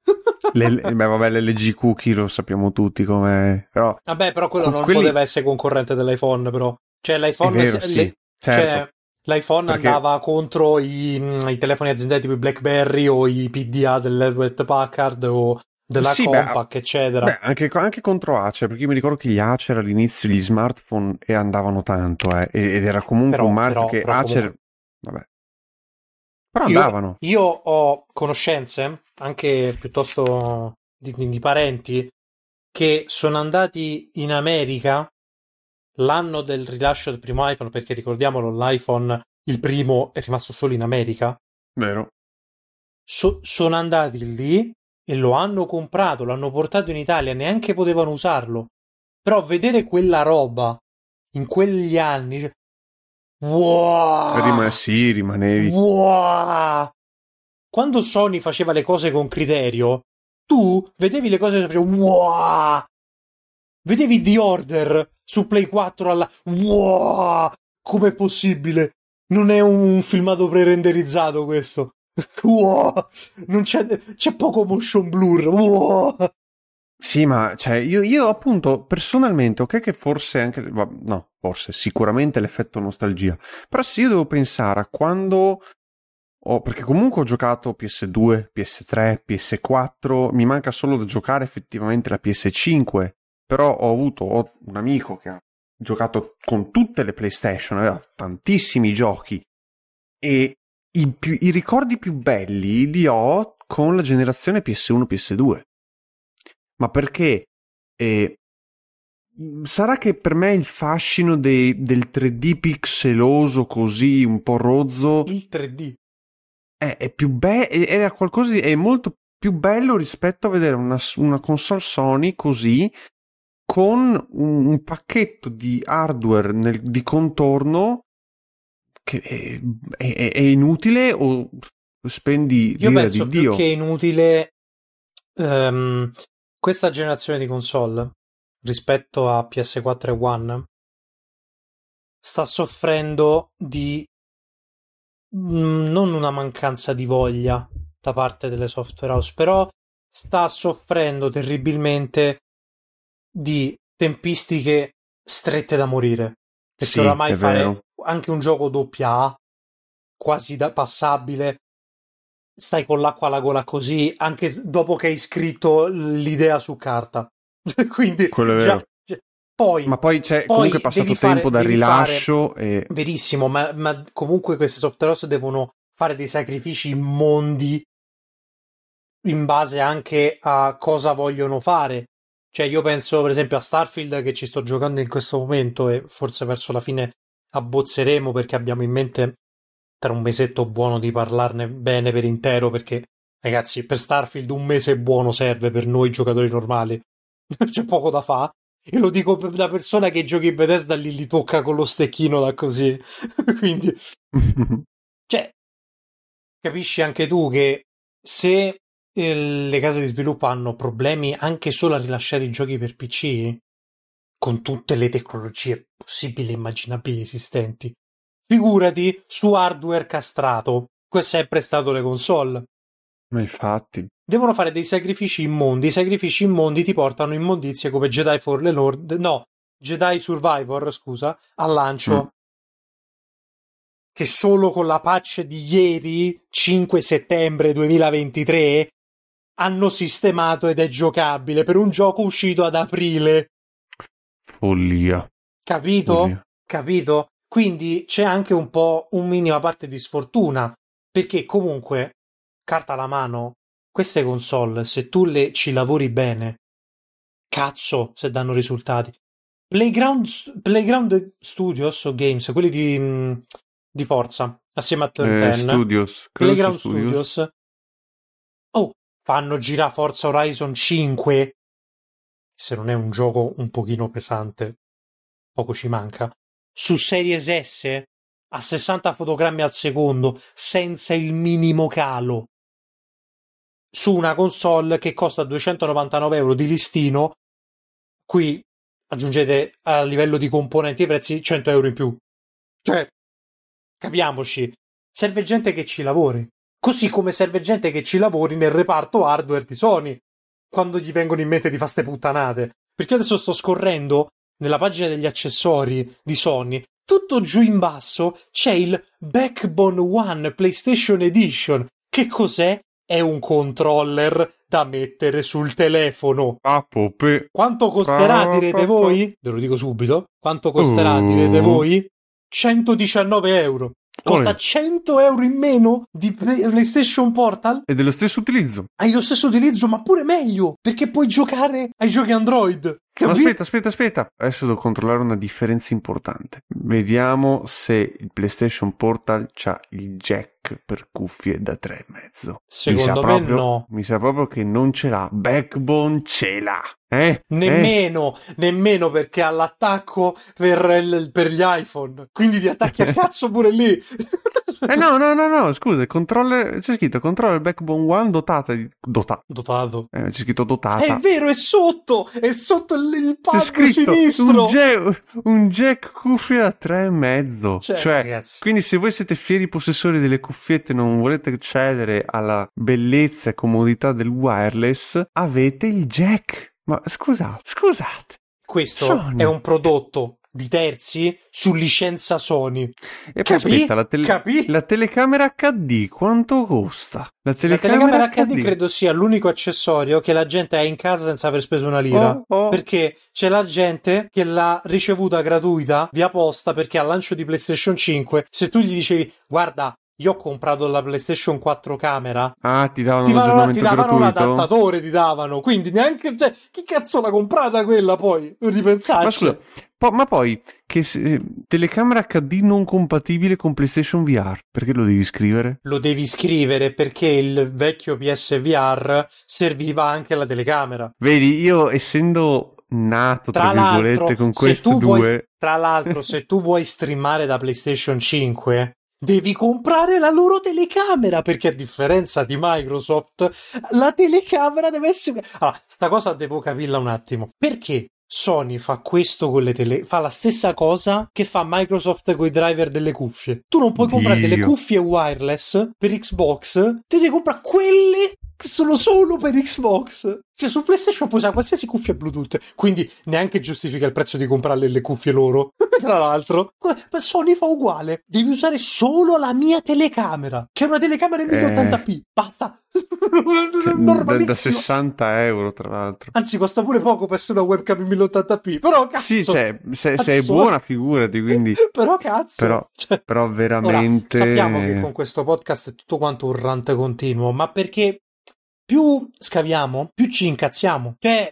L'LG Cookie lo sappiamo tutti com'è. Però, però quello non poteva essere concorrente dell'iPhone, però. Cioè l'iPhone... È vero, sì, certo. Cioè, l'iPhone andava contro i telefoni aziendali tipo i BlackBerry o i PDA dell'Hewlett Packard o della Compaq, eccetera. Anche contro Acer, perché io mi ricordo che gli Acer all'inizio gli smartphone andavano tanto, ed era comunque un marchio che Acer... Vabbè. Però andavano. Io ho conoscenze, anche piuttosto di parenti, che sono andati in America l'anno del rilascio del primo iPhone, perché ricordiamolo, l'iPhone, il primo, è rimasto solo in America. Vero. Sono andati lì e lo hanno comprato, l'hanno portato in Italia, neanche potevano usarlo. Però vedere quella roba in quegli anni... Wow! Rimanevi. Wow! Quando Sony faceva le cose con criterio, tu vedevi le cose e facevi wow! Vedevi The Order su Play 4 alla... Wow! Com'è possibile? Non è un filmato pre-renderizzato questo. Wow! Non c'è poco motion blur. Wow! Sì, ma cioè io appunto personalmente, ok, che forse anche... No, forse, sicuramente l'effetto nostalgia. Però se io devo pensare a quando... perché comunque ho giocato PS2, PS3, PS4, mi manca solo da giocare effettivamente la PS5. Però ho avuto un amico che ha giocato con tutte le PlayStation, aveva tantissimi giochi e i ricordi più belli li ho con la generazione PS1, PS2. Ma perché? Sarà che per me il fascino del 3D pixeloso così, un po' rozzo... Il 3D? È più bello, era qualcosa di... è molto più bello rispetto a vedere una console Sony così... con un pacchetto di hardware di contorno che è inutile o spendi io penso di Dio? Più che inutile questa generazione di console rispetto a PS4 e One sta soffrendo di non una mancanza di voglia da parte delle software house, però sta soffrendo terribilmente di tempistiche strette da morire, perché sì, oramai fare anche un gioco AA quasi da passabile stai con l'acqua alla gola così anche dopo che hai scritto l'idea su carta. Quindi quello è vero. Ma poi c'è comunque passato tempo dal rilascio verissimo, ma comunque queste software house devono fare dei sacrifici immondi in base anche a cosa vogliono fare. Cioè io penso per esempio a Starfield, che ci sto giocando in questo momento e forse verso la fine abbozzeremo perché abbiamo in mente tra un mesetto buono di parlarne bene per intero, perché ragazzi per Starfield un mese buono serve per noi giocatori normali. C'è poco da fare. E lo dico da persona che giochi in Bethesda, lì li tocca con lo stecchino da così. Quindi cioè capisci anche tu che se le case di sviluppo hanno problemi anche solo a rilasciare i giochi per PC, con tutte le tecnologie possibili e immaginabili esistenti, figurati su hardware castrato. Questo è sempre stato le console. Ma infatti devono fare dei sacrifici immondi. I sacrifici immondi ti portano immondizie come Jedi Fallen Order, no, Jedi Survivor, scusa, al lancio. Che solo con la patch di ieri, 5 settembre 2023, hanno sistemato ed è giocabile per un gioco uscito ad aprile. Follia. Capito? Follia. Capito? Quindi c'è anche un po' un minima parte di sfortuna, perché comunque, carta alla mano, queste console, se tu ci lavori bene, cazzo se danno risultati. Playground Studios o Games, quelli di Forza, assieme a Turn 10. Studios. Playground Studios. Fanno girare Forza Horizon 5, se non è un gioco un pochino pesante, poco ci manca, su Series S a 60 fotogrammi al secondo, senza il minimo calo, su una console che costa 299 euro di listino. Qui aggiungete a livello di componenti e prezzi 100 euro in più. Cioè, capiamoci, serve gente che ci lavori. Così come serve gente che ci lavori nel reparto hardware di Sony, quando gli vengono in mente di fare ste puttanate. Perché adesso sto scorrendo nella pagina degli accessori di Sony, tutto giù in basso c'è il Backbone One PlayStation Edition. Che cos'è? È un controller da mettere sul telefono. Quanto costerà, direte voi? Ve lo dico subito. Quanto costerà, direte voi? 119 euro. Costa 100 euro in meno di PlayStation Portal. E dello stesso utilizzo. Hai lo stesso utilizzo, ma pure meglio, perché puoi giocare ai giochi Android. Ma aspetta. Adesso devo controllare una differenza importante. Vediamo se il PlayStation Portal c'ha il jack per cuffie da 3,5. Secondo me no. Mi sa proprio che non ce l'ha. Backbone ce l'ha. Nemmeno perché ha l'attacco per gli iPhone. Quindi ti attacchi al cazzo pure lì. No, scusa, il controller, c'è scritto controller Backbone One dotato. C'è scritto dotata. È vero, è sotto il pad sinistro. Un jack cuffie da 3,5. Cioè, ragazzi. Quindi se voi siete fieri possessori delle cuffiette e non volete accedere alla bellezza e comodità del wireless, avete il jack. Ma scusate. Questo Sony. è un prodotto di terzi su licenza Sony. E poi aspetta, la telecamera HD quanto costa? La telecamera HD credo sia l'unico accessorio che la gente ha in casa senza aver speso una lira. Perché c'è la gente che l'ha ricevuta gratuita via posta, perché al lancio di PlayStation 5, se tu gli dicevi guarda, io ho comprato la PlayStation 4 camera. Ti davano un adattatore, quindi neanche, cioè, chi cazzo l'ha comprata quella poi? Ripensarci. Ma scusa, ma poi che telecamera HD non compatibile con PlayStation VR, perché lo devi scrivere? Lo devi scrivere perché il vecchio PSVR serviva anche la telecamera. Vedi, io essendo nato tra virgolette con questi due. Tra l'altro, se tu vuoi streamare da PlayStation 5, devi comprare la loro telecamera, perché a differenza di Microsoft la telecamera deve essere... Allora, sta cosa devo capirla un attimo. Perché Sony fa questo con le fa la stessa cosa che fa Microsoft con i driver delle cuffie? Tu non puoi comprare delle cuffie wireless per Xbox, ti devi comprare quelle che sono solo per Xbox. Cioè, su PlayStation puoi usare qualsiasi cuffia Bluetooth, quindi neanche giustifica il prezzo di comprarle le cuffie loro. Tra l'altro, Sony fa uguale. Devi usare solo la mia telecamera, che è una telecamera in 1080p. Basta. Normalissimo. Da 60 euro, tra l'altro. Anzi, costa pure poco per essere una webcam in 1080p. Però cazzo. Sì, cioè, se è buona, figurati, quindi. Però cazzo. Però veramente. Ora, sappiamo che con questo podcast è tutto quanto un rant continuo, ma perché più scaviamo, più ci incazziamo. Cioè,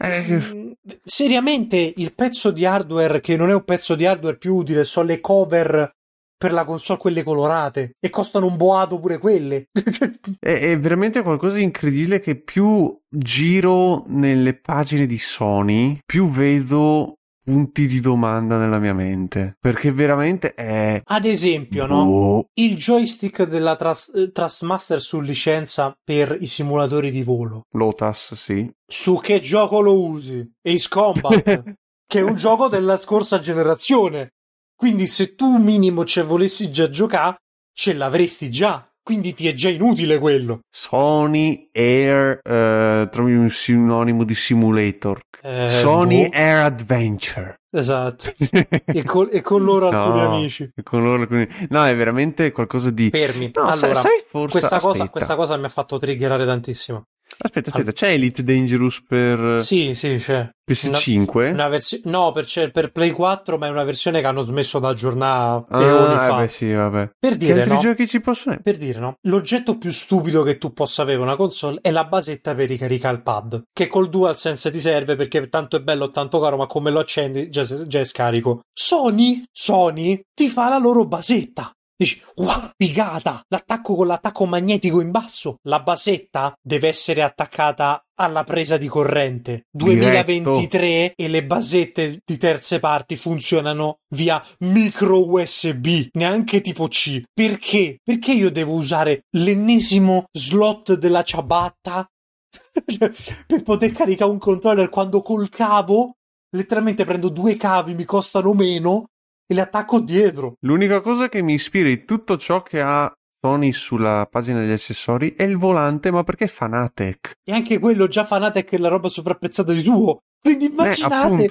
seriamente, il pezzo di hardware che non è un pezzo di hardware più utile sono le cover per la console, quelle colorate, e costano un boato pure quelle. È veramente qualcosa di incredibile, che più giro nelle pagine di Sony, più vedo punti di domanda nella mia mente, perché veramente è... Ad esempio, no? Il joystick della Trustmaster su licenza per i simulatori di volo. Lotus, sì. Su che gioco lo usi? Ace Combat, che è un gioco della scorsa generazione. Quindi se tu minimo ci volessi già giocare, ce l'avresti già. Quindi ti è già inutile quello. Sony Air, trovi un sinonimo di simulator. Sony Air Adventure. Esatto. e con loro alcuni amici. No, è veramente qualcosa di... Fermi. No, allora, sai forse... questa cosa mi ha fatto triggerare tantissimo. Aspetta, c'è Elite Dangerous per... Sì, c'è. PS5? No, per Play 4, ma è una versione che hanno smesso da aggiornare eoni fa. Beh, sì, vabbè. Per dire, che altri giochi ci possono essere? Per dire, no? L'oggetto più stupido che tu possa avere una console è la basetta per ricaricare il pad, che col DualSense ti serve perché tanto è bello, tanto caro, ma come lo accendi già è scarico. Sony ti fa la loro basetta. Dici, wow, figata, l'attacco con l'attacco magnetico in basso. La basetta deve essere attaccata alla presa di corrente. 2023 e le basette di terze parti funzionano via micro USB, neanche tipo C. Perché? Perché io devo usare l'ennesimo slot della ciabatta per poter caricare un controller quando col cavo letteralmente prendo 2 cavi, mi costano meno e le attacco dietro. L'unica cosa che mi ispira di tutto ciò che ha Sony sulla pagina degli accessori è il volante, ma perché Fanatec? E anche quello già Fanatec è la roba sopravprezzata di suo. Quindi immaginate.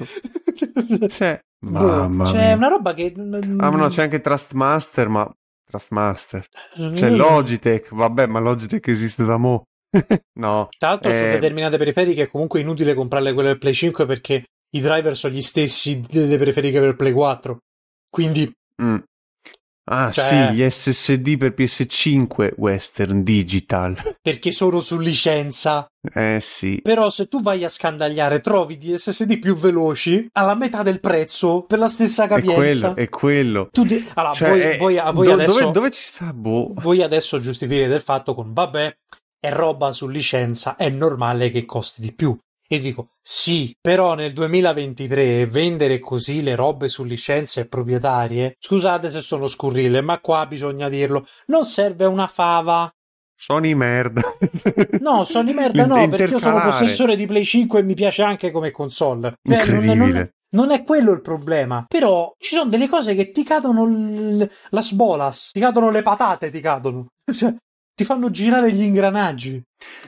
Mamma c'è mia. Una roba che... no, c'è anche Trustmaster, ma... Trustmaster. C'è Logitech, vabbè, ma Logitech esiste da mo'. No. Tra l'altro su determinate periferiche è comunque inutile comprarle quelle per Play 5 perché i driver sono gli stessi delle periferiche per Play 4. Quindi... sì, gli SSD per PS5 Western Digital. Perché sono su licenza. Sì. Però se tu vai a scandagliare trovi di SSD più veloci alla metà del prezzo per la stessa capienza. È quello. Allora, voi adesso... Dove ci sta? Voi adesso giustificate il fatto con vabbè, è roba su licenza, è normale che costi di più. E dico, sì, però nel 2023 vendere così le robe su licenze proprietarie, scusate se sono scurrile, ma qua bisogna dirlo, non serve una fava. Sony merda. No, Sony merda no, perché io sono possessore di Play 5 e mi piace anche come console. Incredibile. Non è quello il problema. Però ci sono delle cose che ti cadono las bolas, ti cadono le patate, ti cadono. Cioè, ti fanno girare gli ingranaggi.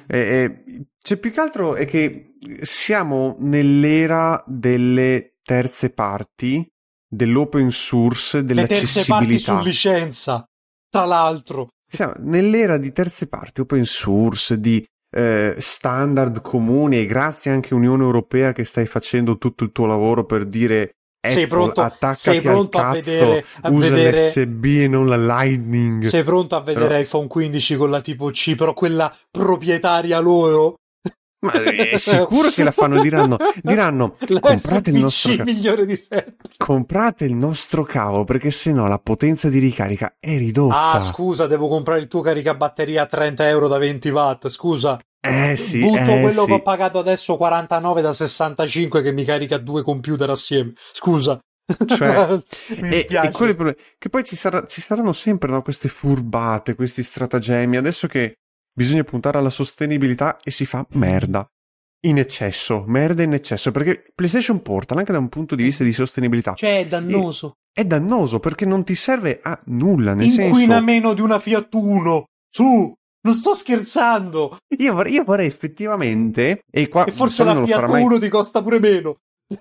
C'è più che altro è che siamo nell'era delle terze parti, dell'open source, dell'accessibilità. Le terze parti su licenza, tra l'altro. Siamo nell'era di terze parti, open source, di standard comuni, e grazie anche all'Unione Europea che stai facendo tutto il tuo lavoro per dire attaccati al cazzo, usa l'SB e non la Lightning. Sei pronto a vedere iPhone 15 con la tipo C, però quella proprietaria loro? Ma è sicuro che la fanno, diranno comprate il nostro migliore di sempre. Comprate il nostro cavo perché sennò la potenza di ricarica è ridotta. Scusa, devo comprare il tuo caricabatteria a 30 euro da 20 watt, scusa. Sì. Butto quello che ho pagato adesso 49 da 65 che mi carica 2 computer assieme. Scusa. Cioè, e quelli che poi ci saranno sempre queste furbate, questi stratagemmi. Adesso che bisogna puntare alla sostenibilità e si fa merda in eccesso, perché PlayStation Portal anche da un punto di vista di sostenibilità, cioè è dannoso. È dannoso perché non ti serve a nulla, nel senso inquina meno di una Fiat Uno. Su, non sto scherzando. Io vorrei effettivamente e forse la Fiat Uno ti costa pure meno.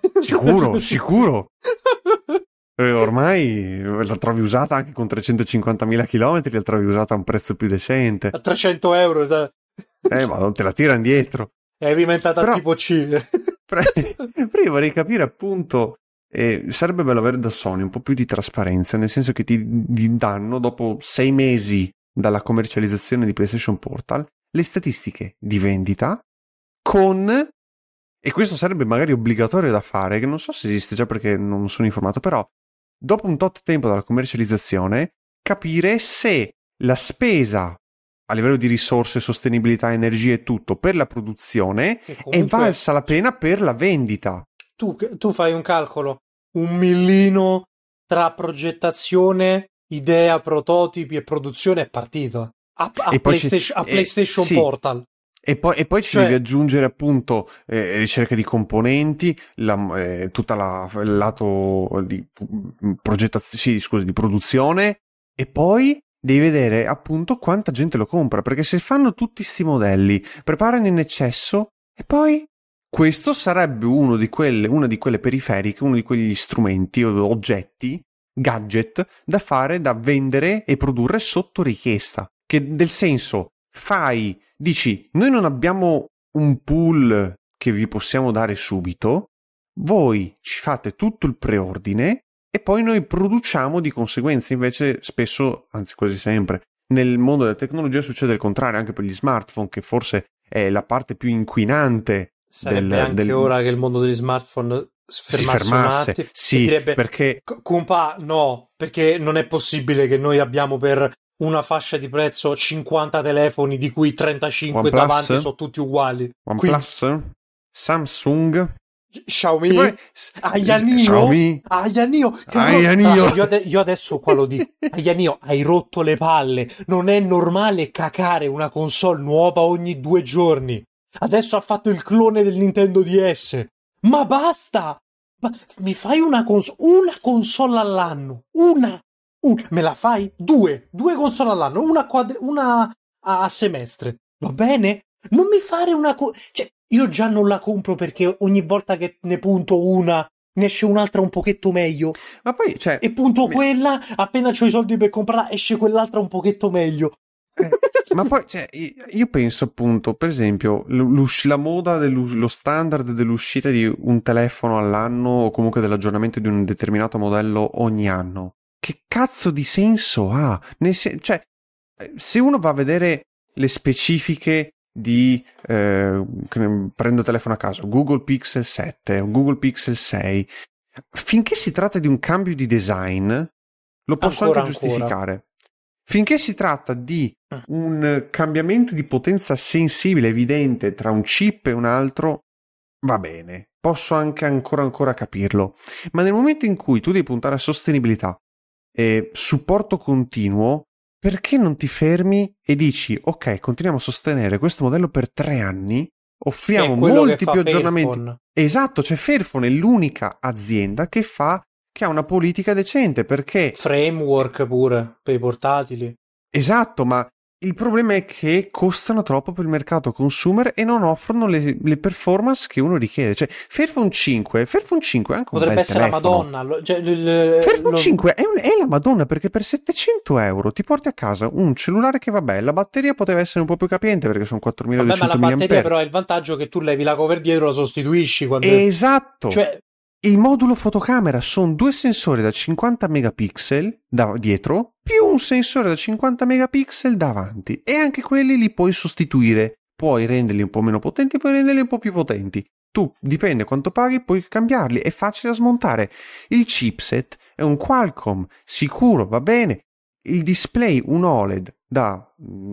Sicuro. Ormai la trovi usata anche con 350.000 chilometri, la trovi usata a un prezzo più decente. A 300 euro. Ma non te la tira indietro. È diventata tipo C. Però io vorrei capire appunto, sarebbe bello avere da Sony un po' più di trasparenza, nel senso che ti danno dopo 6 mesi dalla commercializzazione di PlayStation Portal le statistiche di vendita e questo sarebbe magari obbligatorio da fare, che non so se esiste già perché non sono informato, però dopo un tot tempo dalla commercializzazione capire se la spesa a livello di risorse, sostenibilità, energia e tutto per la produzione comunque è valsa la pena per la vendita. tu fai un calcolo, 1 millino tra progettazione, idea, prototipi e produzione è partito. A PlayStation sì. Portal. E poi ci devi aggiungere appunto ricerca di componenti, tutta il lato di progettazione, di produzione, e poi devi vedere appunto quanta gente lo compra, perché se fanno tutti sti modelli, preparano in eccesso, e poi questo sarebbe una di quelle periferiche, uno di quegli strumenti o oggetti, gadget, da vendere e produrre sotto richiesta, che del senso dici, noi non abbiamo un pool che vi possiamo dare subito, voi ci fate tutto il preordine e poi noi produciamo di conseguenza. Invece spesso, anzi quasi sempre, nel mondo della tecnologia succede il contrario, anche per gli smartphone, che forse è la parte più inquinante. Sarebbe ora che il mondo degli smartphone si fermasse. Sì, direbbe, perché... Compa, no, perché non è possibile che noi abbiamo per una fascia di prezzo 50 telefoni di cui 35 OnePlus? Davanti sono tutti uguali. OnePlus? Samsung? Xiaomi? Poi, Aianio. Io adesso qua lo dico. Aianio, hai rotto le palle. Non è normale cacare una console nuova ogni 2 giorni. Adesso ha fatto il clone del Nintendo DS. Ma basta! Mi fai una console all'anno. Una. Me la fai? 2 console all'anno, una a semestre, va bene? Non mi fare cioè, io già non la compro perché ogni volta che ne punto una ne esce un'altra un pochetto meglio. Ma poi, cioè, e punto quella, appena c'ho i soldi per comprarla, esce quell'altra un pochetto meglio. Ma poi, cioè, io penso appunto, per esempio, la moda lo standard dell'uscita di un telefono all'anno o comunque dell'aggiornamento di un determinato modello ogni anno. Che cazzo di senso ha? Cioè, se uno va a vedere le specifiche di prendo telefono a caso, Google Pixel 7 o Google Pixel 6, finché si tratta di un cambio di design lo posso anche giustificare. Finché si tratta di un cambiamento di potenza sensibile, evidente, tra un chip e un altro, va bene, posso anche ancora capirlo. Ma nel momento in cui tu devi puntare a sostenibilità e supporto continuo, perché non ti fermi e dici ok, continuiamo a sostenere questo modello per 3 anni, offriamo molti più aggiornamenti. Fairphone. Esatto, cioè Fairphone è l'unica azienda che ha una politica decente, perché framework pure per i portatili. Esatto, ma il problema è che costano troppo per il mercato consumer e non offrono le performance che uno richiede. Cioè, Fairphone 5 è anche potrebbe essere telefono. la Madonna. Fairphone 5 è la Madonna, perché per 700 euro ti porti a casa un cellulare che, vabbè, la batteria poteva essere un po' più capiente perché sono 4200 mAh. Ma la batteria però ha il vantaggio che tu levi la cover dietro e la sostituisci quando... Esatto. Cioè... Il modulo fotocamera sono 2 sensori da 50 megapixel da dietro più un sensore da 50 megapixel davanti, e anche quelli li puoi sostituire. Puoi renderli un po' meno potenti, puoi renderli un po' più potenti. Tu, dipende quanto paghi, puoi cambiarli, è facile da smontare. Il chipset è un Qualcomm, sicuro, va bene. Il display un OLED da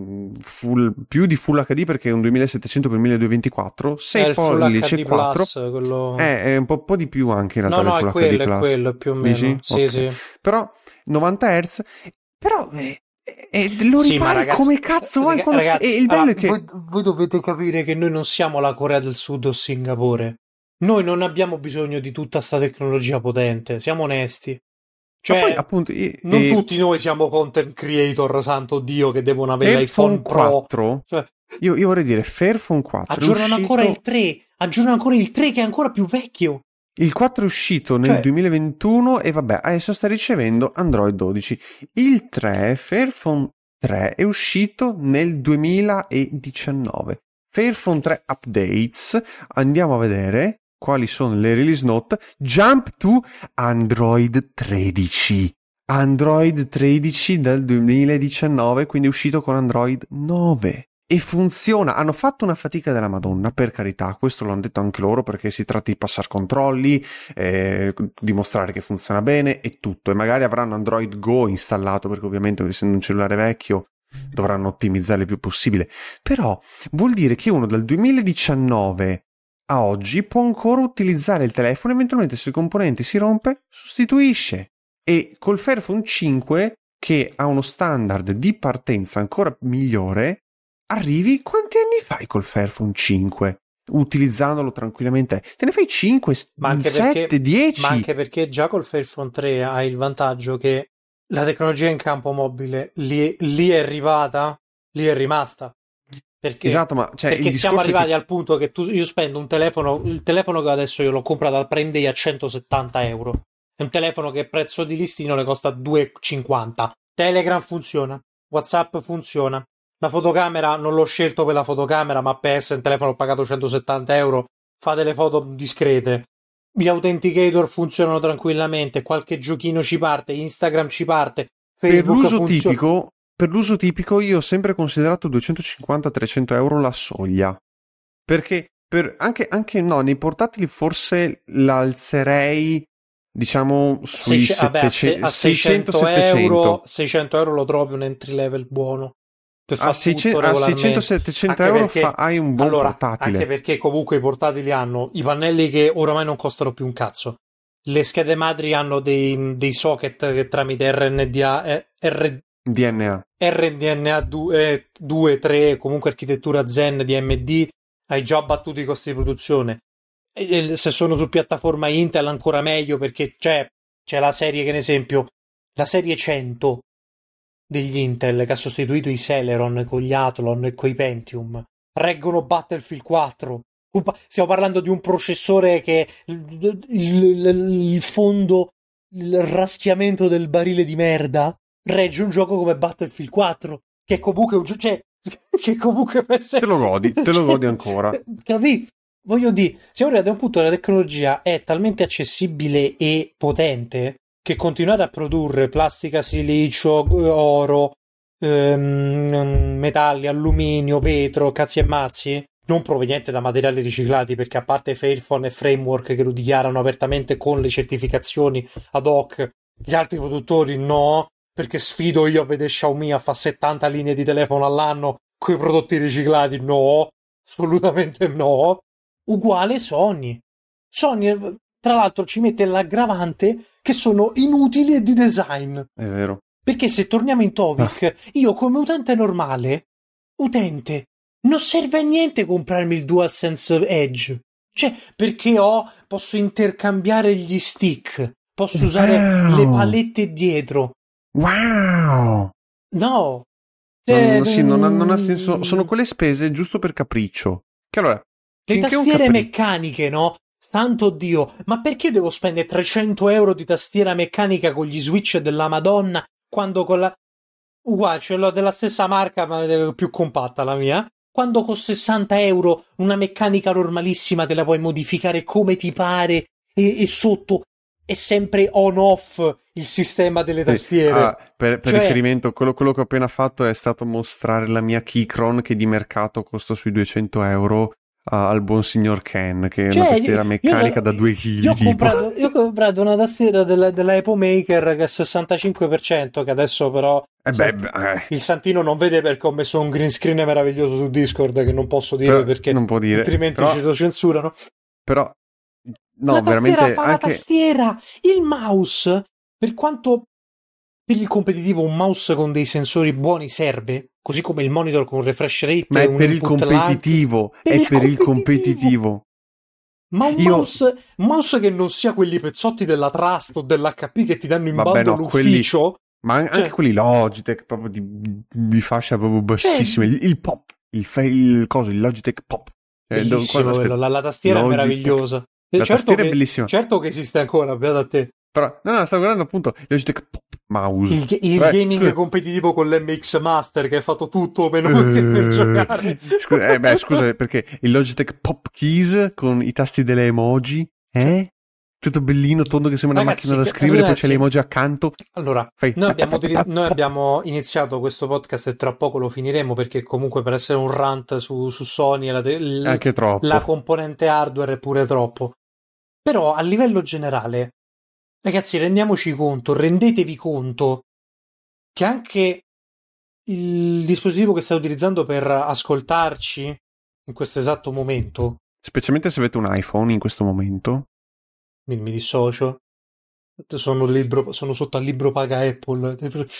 più di Full HD perché è un 2700x1224, 6 pollici 4 quello... è un po' di più anche in realtà. No, Full è HD quello più o meno. Dici? Sì, okay. sì. Però 90 Hz, però lo sì, ripari ragazzi, come cazzo vuoi. Ragazzi, e il bello è che voi dovete capire che noi non siamo la Corea del Sud o Singapore. Noi non abbiamo bisogno di tutta sta tecnologia potente, siamo onesti. Cioè, poi, appunto, non tutti noi siamo content creator, santo Dio, che devono avere l'iPhone 4. Cioè, io vorrei dire Fairphone 4. Aggiornano ancora il 3. Aggiornano ancora il 3 che è ancora più vecchio. Il 4 è uscito nel 2021 e vabbè, adesso sta ricevendo Android 12. Il 3, Fairphone 3, è uscito nel 2019. Fairphone 3 Updates, andiamo a vedere quali sono le release note. Jump to Android 13. Android 13 dal 2019, quindi è uscito con Android 9. E funziona. Hanno fatto una fatica della Madonna, per carità, questo l'hanno detto anche loro, perché si tratta di passare controlli, dimostrare che funziona bene e tutto. E magari avranno Android Go installato, perché ovviamente essendo un cellulare vecchio dovranno ottimizzare il più possibile. Però vuol dire che uno dal 2019 a oggi può ancora utilizzare il telefono, eventualmente se il componente si rompe, sostituisce. E col Fairphone 5, che ha uno standard di partenza ancora migliore, arrivi, quanti anni fai col Fairphone 5? Utilizzandolo tranquillamente, te ne fai 5, 7, 10. Ma anche perché già col Fairphone 3 hai il vantaggio che la tecnologia in campo mobile lì è arrivata, lì è rimasta. Perché, esatto, ma perché siamo arrivati al punto che io spendo un telefono, il telefono che adesso io l'ho comprato al Prime Day a 170 euro. È un telefono che prezzo di listino ne costa 2,50. Telegram funziona, WhatsApp funziona. La fotocamera non l'ho scelto per la fotocamera, ma per essere un telefono ho pagato 170 euro. Fa delle foto discrete. Gli authenticator funzionano tranquillamente. Qualche giochino ci parte, Instagram ci parte, Facebook funziona. Per l'uso tipico io ho sempre considerato 250-300 euro la soglia, perché anche no, nei portatili forse l'alzerei, diciamo, sui 600-700 euro. 600 euro lo trovi un entry level buono. A 600-700 euro hai un buon portatile. Anche perché comunque i portatili hanno i pannelli che oramai non costano più un cazzo. Le schede madri hanno dei socket che tramite RDNA 2, 3, comunque architettura Zen di AMD, hai già abbattuto i costi di produzione. E se sono su piattaforma Intel ancora meglio, perché c'è la serie, che ne esempio, la serie 100 degli Intel che ha sostituito i Celeron con gli Athlon e con i Pentium, reggono Battlefield 4. Stiamo parlando di un processore che il fondo, il raschiamento del barile di merda regge un gioco come Battlefield 4, che comunque che comunque te lo godi ancora. Capì? Voglio dire, siamo arrivati a un punto dove la tecnologia è talmente accessibile e potente che continuare a produrre plastica, silicio, oro, metalli, alluminio, vetro, cazzi e mazzi, non proveniente da materiali riciclati, perché a parte Fairphone e Framework che lo dichiarano apertamente con le certificazioni ad hoc, gli altri produttori no, perché sfido io a vedere Xiaomi a fa 70 linee di telefono all'anno con i prodotti riciclati, no, assolutamente no. Uguale Sony, tra l'altro ci mette l'aggravante che sono inutili e di design. È vero. Perché se torniamo in topic, io come utente normale, non serve a niente comprarmi il DualSense Edge. Cioè, perché posso intercambiare gli stick, posso usare le palette dietro. Wow! No! Non ha senso. Sono quelle spese giusto per capriccio. Che allora, le tastiere meccaniche, no? Santo Dio, ma perché devo spendere 300 euro di tastiera meccanica con gli switch della Madonna quando con la... Uguale, ce l'ho della stessa marca ma è più compatta la mia. Quando con 60 euro una meccanica normalissima te la puoi modificare come ti pare e sotto è sempre on-off il sistema delle tastiere. Per riferimento, quello che ho appena fatto è stato mostrare la mia Keychron che di mercato costa sui 200 euro al buon signor Ken, che è una tastiera meccanica da 2 kg. Io ho comprato una tastiera della Epo Maker che è 65%, che adesso però il Santino non vede perché ho messo un green screen meraviglioso su Discord che non posso dire perché non può dire, altrimenti ci lo censurano. Però no, la tastiera veramente fa la tastiera, il mouse, per quanto per il competitivo un mouse con dei sensori buoni serve, così come il monitor con refresh rate, ma è per il competitivo, Ma un mouse che non sia quelli pezzotti della Trust o dell'HP che ti danno in bando l'ufficio, ma anche quelli Logitech proprio di fascia proprio bassissima, il pop, il Logitech pop, bellissimo la tastiera Logitech, è meravigliosa. La tastiera è bellissima. Certo che esiste ancora, beato a te. Però, no, stavo guardando appunto il Logitech Pop Mouse. Il gaming competitivo con l'MX Master che ha fatto tutto meno che per giocare. Scusa, perché il Logitech Pop Keys con i tasti delle emoji, tutto bellino, tondo che sembra una macchina da scrivere, poi c'è le emoji accanto. Allora, noi abbiamo iniziato questo podcast e tra poco lo finiremo, perché comunque per essere un rant su Sony anche troppo. La componente hardware è pure troppo. Però a livello generale, ragazzi, rendetevi conto che anche il dispositivo che state utilizzando per ascoltarci in questo esatto momento specialmente se avete un iPhone in questo momento. Mi dissocio. Sono sotto al libro paga Apple.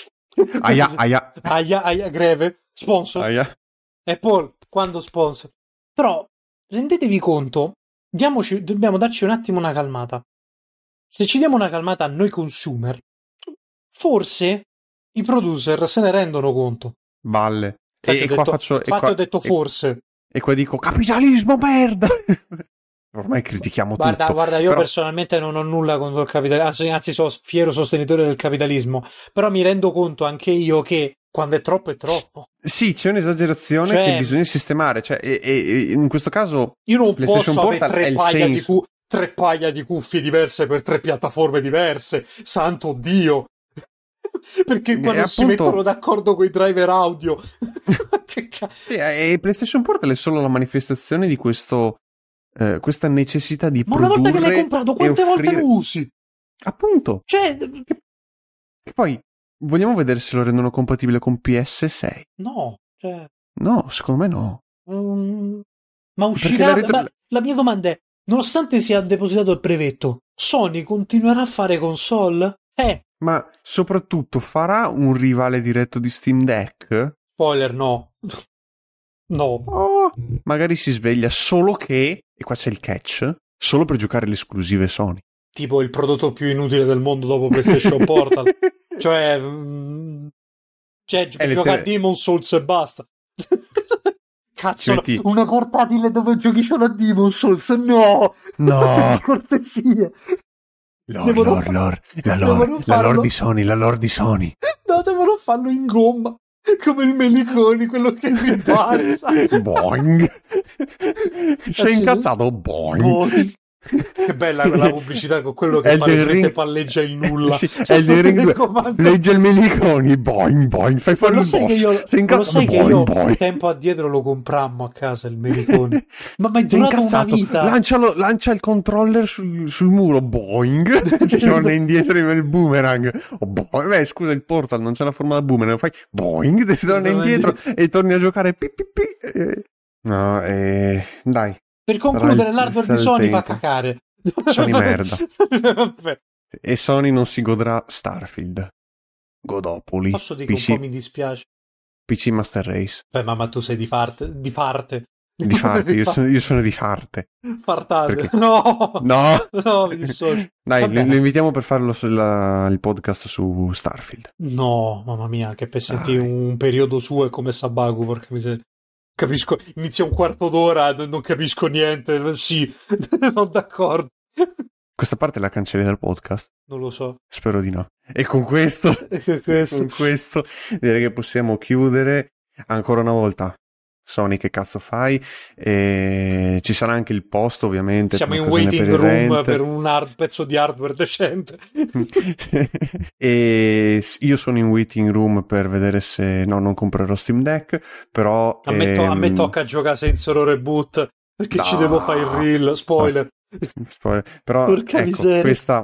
Aia, greve. Sponsor. Aia. Apple, quando sponsor. Però, rendetevi conto, dobbiamo darci un attimo una calmata. Se ci diamo una calmata a noi consumer, forse i producer se ne rendono conto. Balle. Ho detto forse. E qua dico, capitalismo, merda! Ormai critichiamo tutto. Guarda, io personalmente non ho nulla contro il capitalismo, anzi sono fiero sostenitore del capitalismo, però mi rendo conto anche io che quando è troppo è troppo. Sì, c'è un'esagerazione che bisogna sistemare, e in questo caso io non posso avere tre paia di cuffie diverse per 3 piattaforme diverse, santo Dio! Perché qua non si mettono d'accordo con i driver audio. Che sì, e PlayStation Portal è solo la manifestazione di questo questa necessità di produrre. Ma una volta che l'hai comprato, quante volte lo usi? Appunto. E poi vogliamo vedere se lo rendono compatibile con PS6. No, no, secondo me no. Ma uscirà. La mia domanda è: nonostante sia depositato il brevetto, Sony continuerà a fare console? Ma soprattutto farà un rivale diretto di Steam Deck? Spoiler, no. No. Oh, magari si sveglia, solo che, e qua c'è il catch, solo per giocare le esclusive Sony. Tipo il prodotto più inutile del mondo dopo PlayStation Portal. Cioè gioca a Demon's Souls e basta. Cazzo, una portatile dove giochi solo a Demon's Souls? No! Cortesia! La lore di Sony. No, devono farlo in gomma. Come il Meliconi, quello che mi pazza. Boing. Sei incazzato? Boing. Che bella quella pubblicità con quello che palesemente palleggia il nulla. Sì, Elden Ring legge il Meliconi. Boing, boing. Fai fare il boss. Sei incazzato? Che io tempo addietro lo comprammo a casa il Meliconi. ma è durato una vita. Lancia il controller sul muro. Boing. Ti torna indietro il boomerang. Beh, scusa, il Portal non c'è la forma da boomerang. Fai boing, ti torna indietro e torni a giocare. No, dai. Per concludere, l'hardware di Sony fa cacare. Sony merda. E Sony non si godrà Starfield. Godopoli. Posso dire che un po' mi dispiace. PC Master Race. Ma tu sei di parte. Di parte, io sono di parte. Fartate. Perché... No, mi dissocio. Dai, lo invitiamo per farlo il podcast su Starfield. No, mamma mia, che per sentire un periodo suo è come Sabaku, porca miseria. Capisco, inizia un quarto d'ora, non capisco niente. Sì, sono d'accordo. Questa parte la cancelli dal podcast? Non lo so. Spero di no. E con questo direi che possiamo chiudere. Ancora una volta, Sony, che cazzo fai? Ci sarà anche il post, ovviamente. Siamo in waiting room per un pezzo di hardware decente. E io sono in waiting room per vedere se non comprerò Steam Deck, però a me tocca giocare senza Reboot perché ci devo fare il reel. Spoiler. Però porca miseria. Questa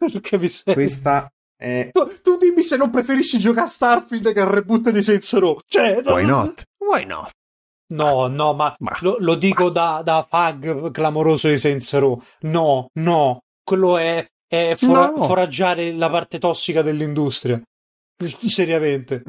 è... tu dimmi se non preferisci giocare a Starfield che al reboot di Saints Row. Why not? No, ma lo dico da fag clamoroso di Saints Row. No, quello è foraggiare la parte tossica dell'industria. Seriamente.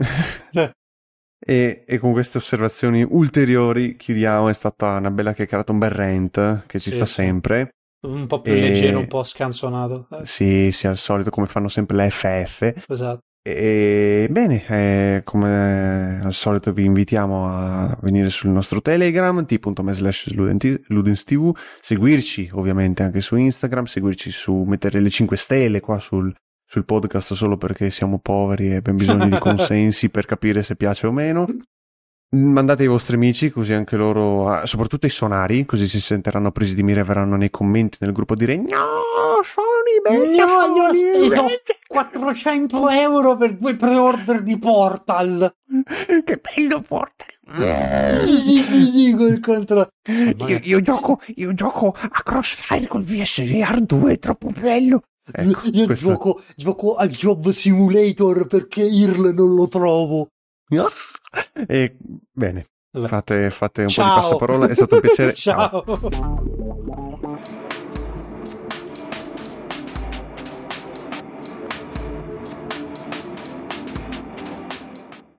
E con queste osservazioni ulteriori chiudiamo. È stata una bella chiacchierata, un bel rant che ci sta sempre. Un po' più leggero, un po' scanzonato. Sì, al solito, come fanno sempre le FF. Esatto. E bene, come al solito vi invitiamo a venire sul nostro Telegram t.me/ludenstv, seguirci ovviamente anche su Instagram, seguirci mettere le 5 stelle qua sul podcast solo perché siamo poveri e abbiamo bisogno di consensi per capire se piace o meno. Mandate ai vostri amici, così anche loro, soprattutto i sonari, così si sentiranno presi di mira e verranno nei commenti nel gruppo a dire no, Sony, io ho speso 400 euro per 2 pre-order di Portal. Che bello Portal. Io gioco a Crossfire col VSR 2, è troppo bello. Ecco, io gioco al Job Simulator perché IRL non lo trovo. E bene, fate un po' di passaparola, è stato un piacere. Ciao.